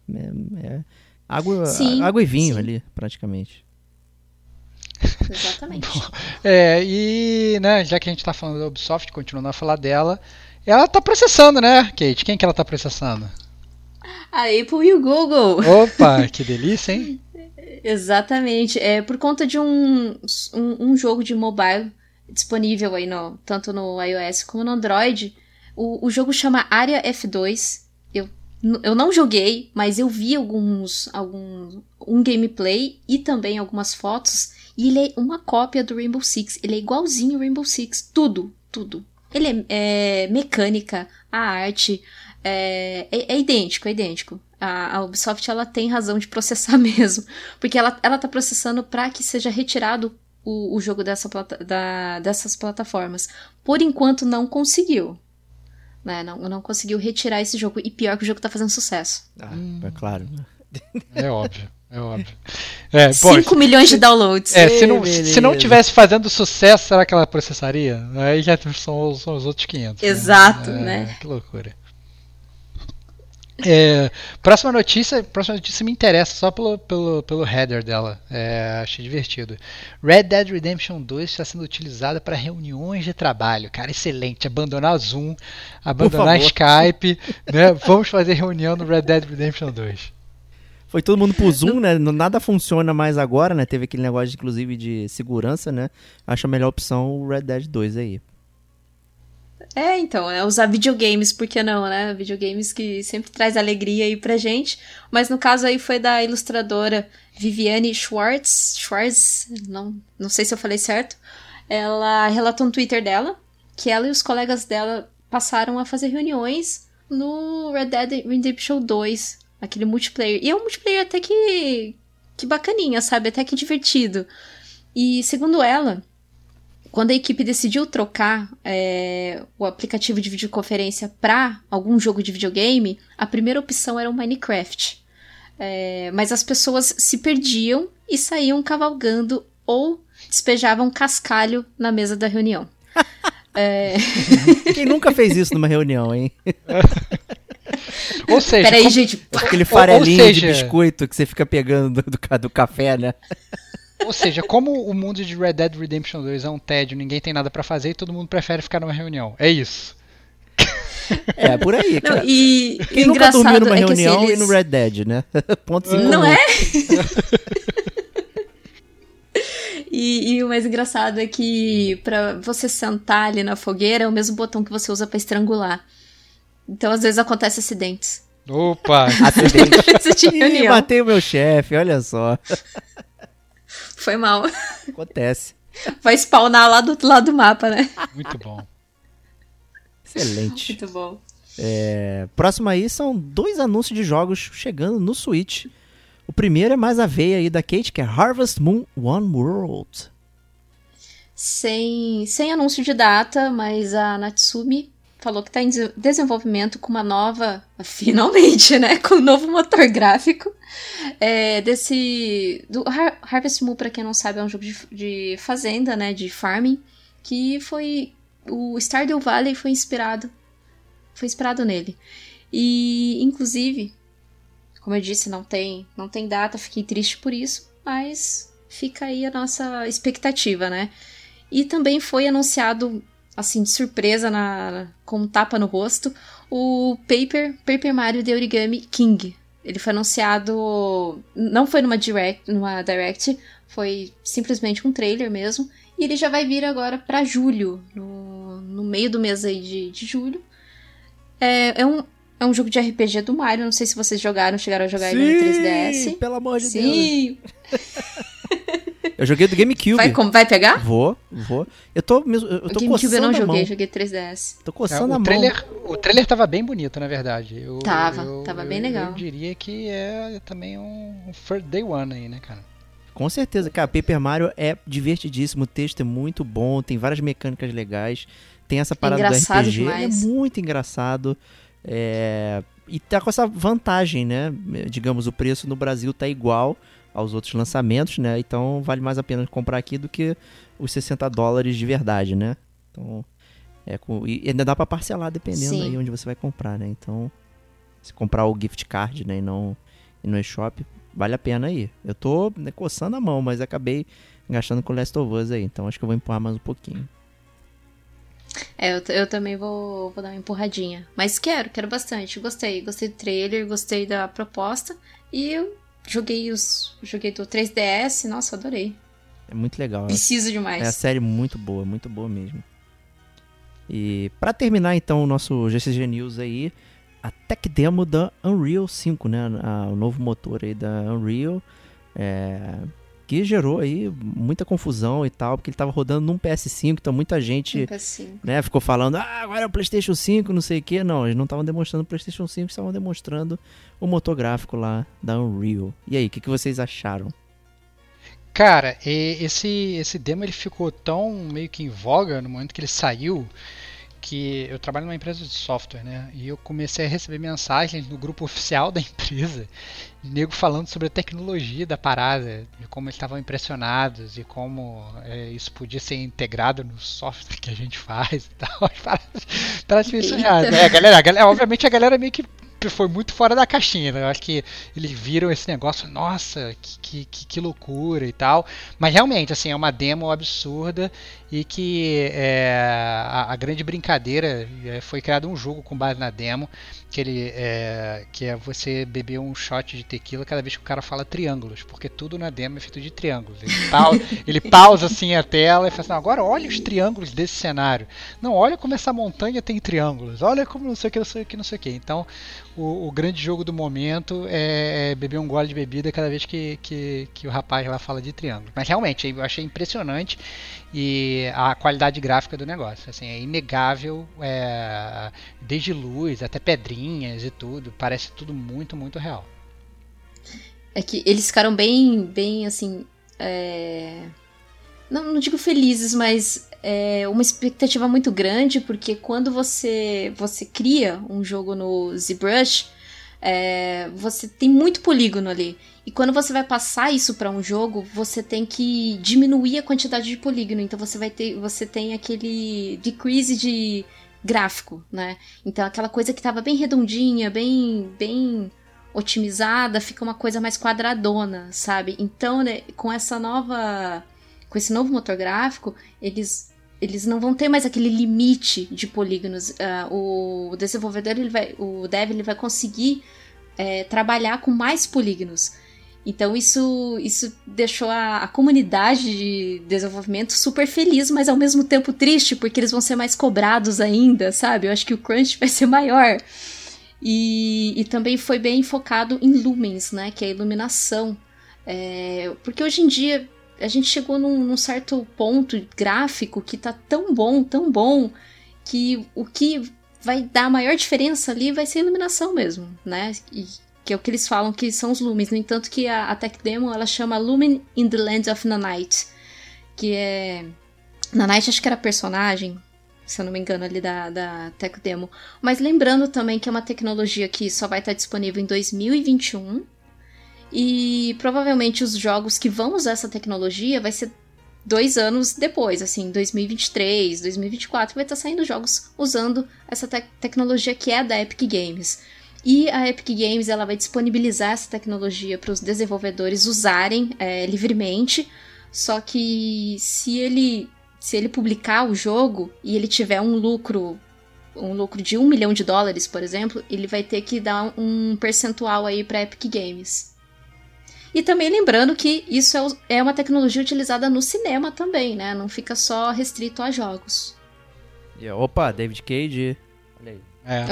Água e vinho ali, praticamente. Exatamente. E, né, já que a gente tá falando da Ubisoft, continuando a falar dela, ela tá processando, né, Kate? Quem que ela tá processando? A Apple e o Google. Opa, que delícia, hein? Exatamente. Por conta de um jogo de mobile disponível aí tanto no iOS como no Android. O jogo chama Área F2. Eu não joguei, mas eu vi um gameplay e também algumas fotos. E ele é uma cópia do Rainbow Six. Ele é igualzinho ao Rainbow Six. Tudo. Ele é mecânica, a arte... É idêntico. A Ubisoft, ela tem razão de processar mesmo. Porque ela tá processando para que seja retirado o jogo dessas plataformas. Por enquanto, não conseguiu. Né? Não conseguiu retirar esse jogo. E pior que o jogo tá fazendo sucesso. É claro. É óbvio. 5 milhões de downloads. Se não tivesse fazendo sucesso, será que ela processaria? Aí já são os outros 500. Exato, né? Que loucura. Próxima notícia me interessa só pelo header dela. Achei divertido. Red Dead Redemption 2 está sendo utilizada para reuniões de trabalho. Cara, excelente. Abandonar Zoom, abandonar Skype, né? Vamos fazer reunião no Red Dead Redemption 2. Foi todo mundo pro Zoom, né? Nada funciona mais agora, né? Teve aquele negócio, inclusive, de segurança, né? Acho a melhor opção o Red Dead 2 aí. Então, usar videogames, por que não, né? Videogames que sempre traz alegria aí pra gente. Mas no caso aí foi da ilustradora Viviane Schwartz, não sei se eu falei certo. ela relatou no Twitter dela que ela e os colegas dela passaram a fazer reuniões no Red Dead Redemption 2, aquele multiplayer. E é um multiplayer até que bacaninha, sabe? Até que divertido. E segundo ela, quando a equipe decidiu trocar o aplicativo de videoconferência para algum jogo de videogame, a primeira opção era o Minecraft. Mas as pessoas se perdiam e saíam cavalgando ou despejavam cascalho na mesa da reunião. Quem nunca fez isso numa reunião, hein? Ou seja, Peraí, gente. Aquele farelinho de seja- biscoito que você fica pegando do café, né? Ou seja, como o mundo de Red Dead Redemption 2 é um tédio, ninguém tem nada pra fazer e todo mundo prefere ficar numa reunião. É isso. É, por aí, Não, cara. e Quem nunca engraçado dormiu numa é que, assim, reunião eles- e no Red Dead, né? Ponto 5. Não é? E o mais engraçado é que pra você sentar ali na fogueira é o mesmo botão que você usa pra estrangular. Então, às vezes, acontece acidentes. Opa! Acidente. Você tinha Ih, reunião. matei o meu chefe, olha só. Foi mal. Acontece. Vai spawnar lá do outro lado do mapa, né? Muito bom. Excelente. Muito bom. Próximo aí são 2 anúncios de jogos chegando no Switch. O primeiro é mais a veia aí da Kate, que é Harvest Moon One World. Sem anúncio de data, mas a Natsumi falou que está em desenvolvimento com uma nova, finalmente, né, com um novo motor gráfico, Harvest Moon, para quem não sabe, é um jogo de fazenda, né, de farming, que o Stardew Valley foi inspirado nele. E, inclusive, como eu disse, não tem data, fiquei triste por isso, mas fica aí a nossa expectativa, né? E também foi anunciado, assim, de surpresa, com um tapa no rosto, o Paper Mario The Origami King. Ele foi anunciado, não foi numa Direct, foi simplesmente um trailer mesmo, e ele já vai vir agora pra julho, no meio do mês aí de julho. É um jogo de RPG do Mario, não sei se vocês chegaram a jogar ele no 3DS. Pelo amor de Sim! Deus. Eu joguei do GameCube. Vai pegar? Vou. Eu tô O GameCube coçando eu não a joguei, mão. joguei 3DS. Tô coçando a mão. O trailer tava bem bonito, na verdade. Tava bem legal. Eu diria que é também um First Day One aí, né, cara? Com certeza, cara, Paper Mario é divertidíssimo, o texto é muito bom, tem várias mecânicas legais, tem essa parada do engraçado RPG, demais. ele é muito engraçado, e tá com essa vantagem, né, digamos, o preço no Brasil tá igual aos outros lançamentos, né, então vale mais a pena comprar aqui do que os $60 de verdade, né, então, e ainda dá pra parcelar dependendo Sim. aí onde você vai comprar, né, então, se comprar o gift card, né, e no eShop, vale a pena aí. Eu tô coçando a mão, mas acabei gastando com Last of Us aí, então acho que eu vou empurrar mais um pouquinho. Eu também vou dar uma empurradinha. Mas quero bastante. Gostei do trailer, gostei da proposta. E eu joguei do 3DS, nossa, adorei. É muito legal. Preciso É a demais. série muito boa mesmo. E pra terminar então o nosso GCG News aí, a tech demo da Unreal 5, né? O novo motor aí da Unreal, que gerou aí muita confusão e tal, porque ele tava rodando num PS5, então muita gente, Assim. né, ficou falando, agora é o PlayStation 5, não sei o que. Não, eles não estavam demonstrando o PlayStation 5, estavam demonstrando o motor gráfico lá da Unreal. E aí, o que vocês acharam? Cara, esse demo ele ficou tão meio que em voga no momento que ele saiu, que eu trabalho numa empresa de software, né? E eu comecei a receber mensagens no grupo oficial da empresa, de nego falando sobre a tecnologia da parada, de como eles estavam impressionados e como isso podia ser integrado no software que a gente faz e tal. Parece meio surreal. Obviamente a galera meio que foi muito fora da caixinha, né? Eu acho que eles viram esse negócio, nossa, que loucura e tal. Mas realmente, assim, é uma demo absurda e que a grande brincadeira foi criado um jogo com base na demo, que é você beber um shot de tequila cada vez que o cara fala triângulos, porque tudo na demo é feito de triângulos. Ele pausa assim a tela e fala assim, não, agora olha os triângulos desse cenário. Não, olha como essa montanha tem triângulos. Olha como não sei o que. Então, o grande jogo do momento é beber um gole de bebida cada vez que o rapaz lá fala de triângulo. Mas realmente, eu achei impressionante e a qualidade gráfica do negócio. Assim, é inegável, desde luz até pedrinhas e tudo, parece tudo muito, muito real. É que eles ficaram bem assim, não digo felizes, mas uma expectativa muito grande, porque quando você cria um jogo no ZBrush, você tem muito polígono ali. E quando você vai passar isso para um jogo, você tem que diminuir a quantidade de polígono. Então você tem aquele decrease de gráfico, né? Então aquela coisa que estava bem redondinha, bem otimizada, fica uma coisa mais quadradona, sabe? Então, né, com esse novo motor gráfico, eles não vão ter mais aquele limite de polígonos. O desenvolvedor, o dev, ele vai conseguir trabalhar com mais polígonos. Então isso deixou a comunidade de desenvolvimento super feliz, mas ao mesmo tempo triste, porque eles vão ser mais cobrados ainda, sabe? Eu acho que o crunch vai ser maior. E também foi bem focado em lumens, né? Que é a iluminação. Porque hoje em dia a gente chegou num certo ponto gráfico que tá tão bom, que o que vai dar a maior diferença ali vai ser a iluminação mesmo, né? Que é o que eles falam que são os lumens. No entanto que a Tech Demo, ela chama Lumen in the Land of Nanite, que é... Nanite acho que era personagem, se eu não me engano, ali da Tech Demo. Mas lembrando também que é uma tecnologia que só vai estar disponível em 2021, e provavelmente os jogos que vão usar essa tecnologia vai ser 2 anos depois, assim, 2023, 2024, vai estar saindo jogos usando essa tecnologia que é da Epic Games. E a Epic Games, ela vai disponibilizar essa tecnologia para os desenvolvedores usarem livremente, só que se ele publicar o jogo e ele tiver um lucro de $1 milhão, por exemplo, ele vai ter que dar um percentual aí para Epic Games. E também lembrando que isso é uma tecnologia utilizada no cinema também, né? Não fica só restrito a jogos. Opa, David Cage. Olha aí.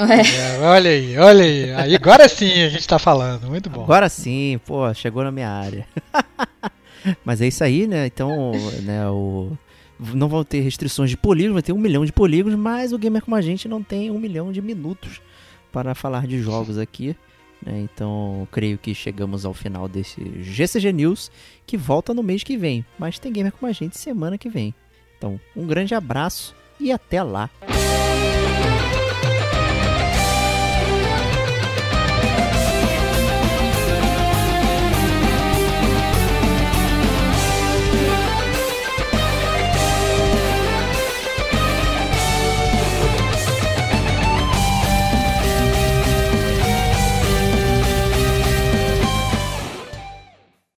Olha aí. Aí agora sim a gente tá falando, muito bom. Agora sim, pô, chegou na minha área. Mas é isso aí, né? Então, né, não vão ter restrições de polígonos, vai ter 1 milhão de polígonos, mas o Gamer Como a Gente não tem 1 milhão de minutos para falar de jogos aqui. Então, creio que chegamos ao final desse GCG News, que volta no mês que vem. Mas tem Gamer Como a Gente semana que vem. Então, um grande abraço e até lá.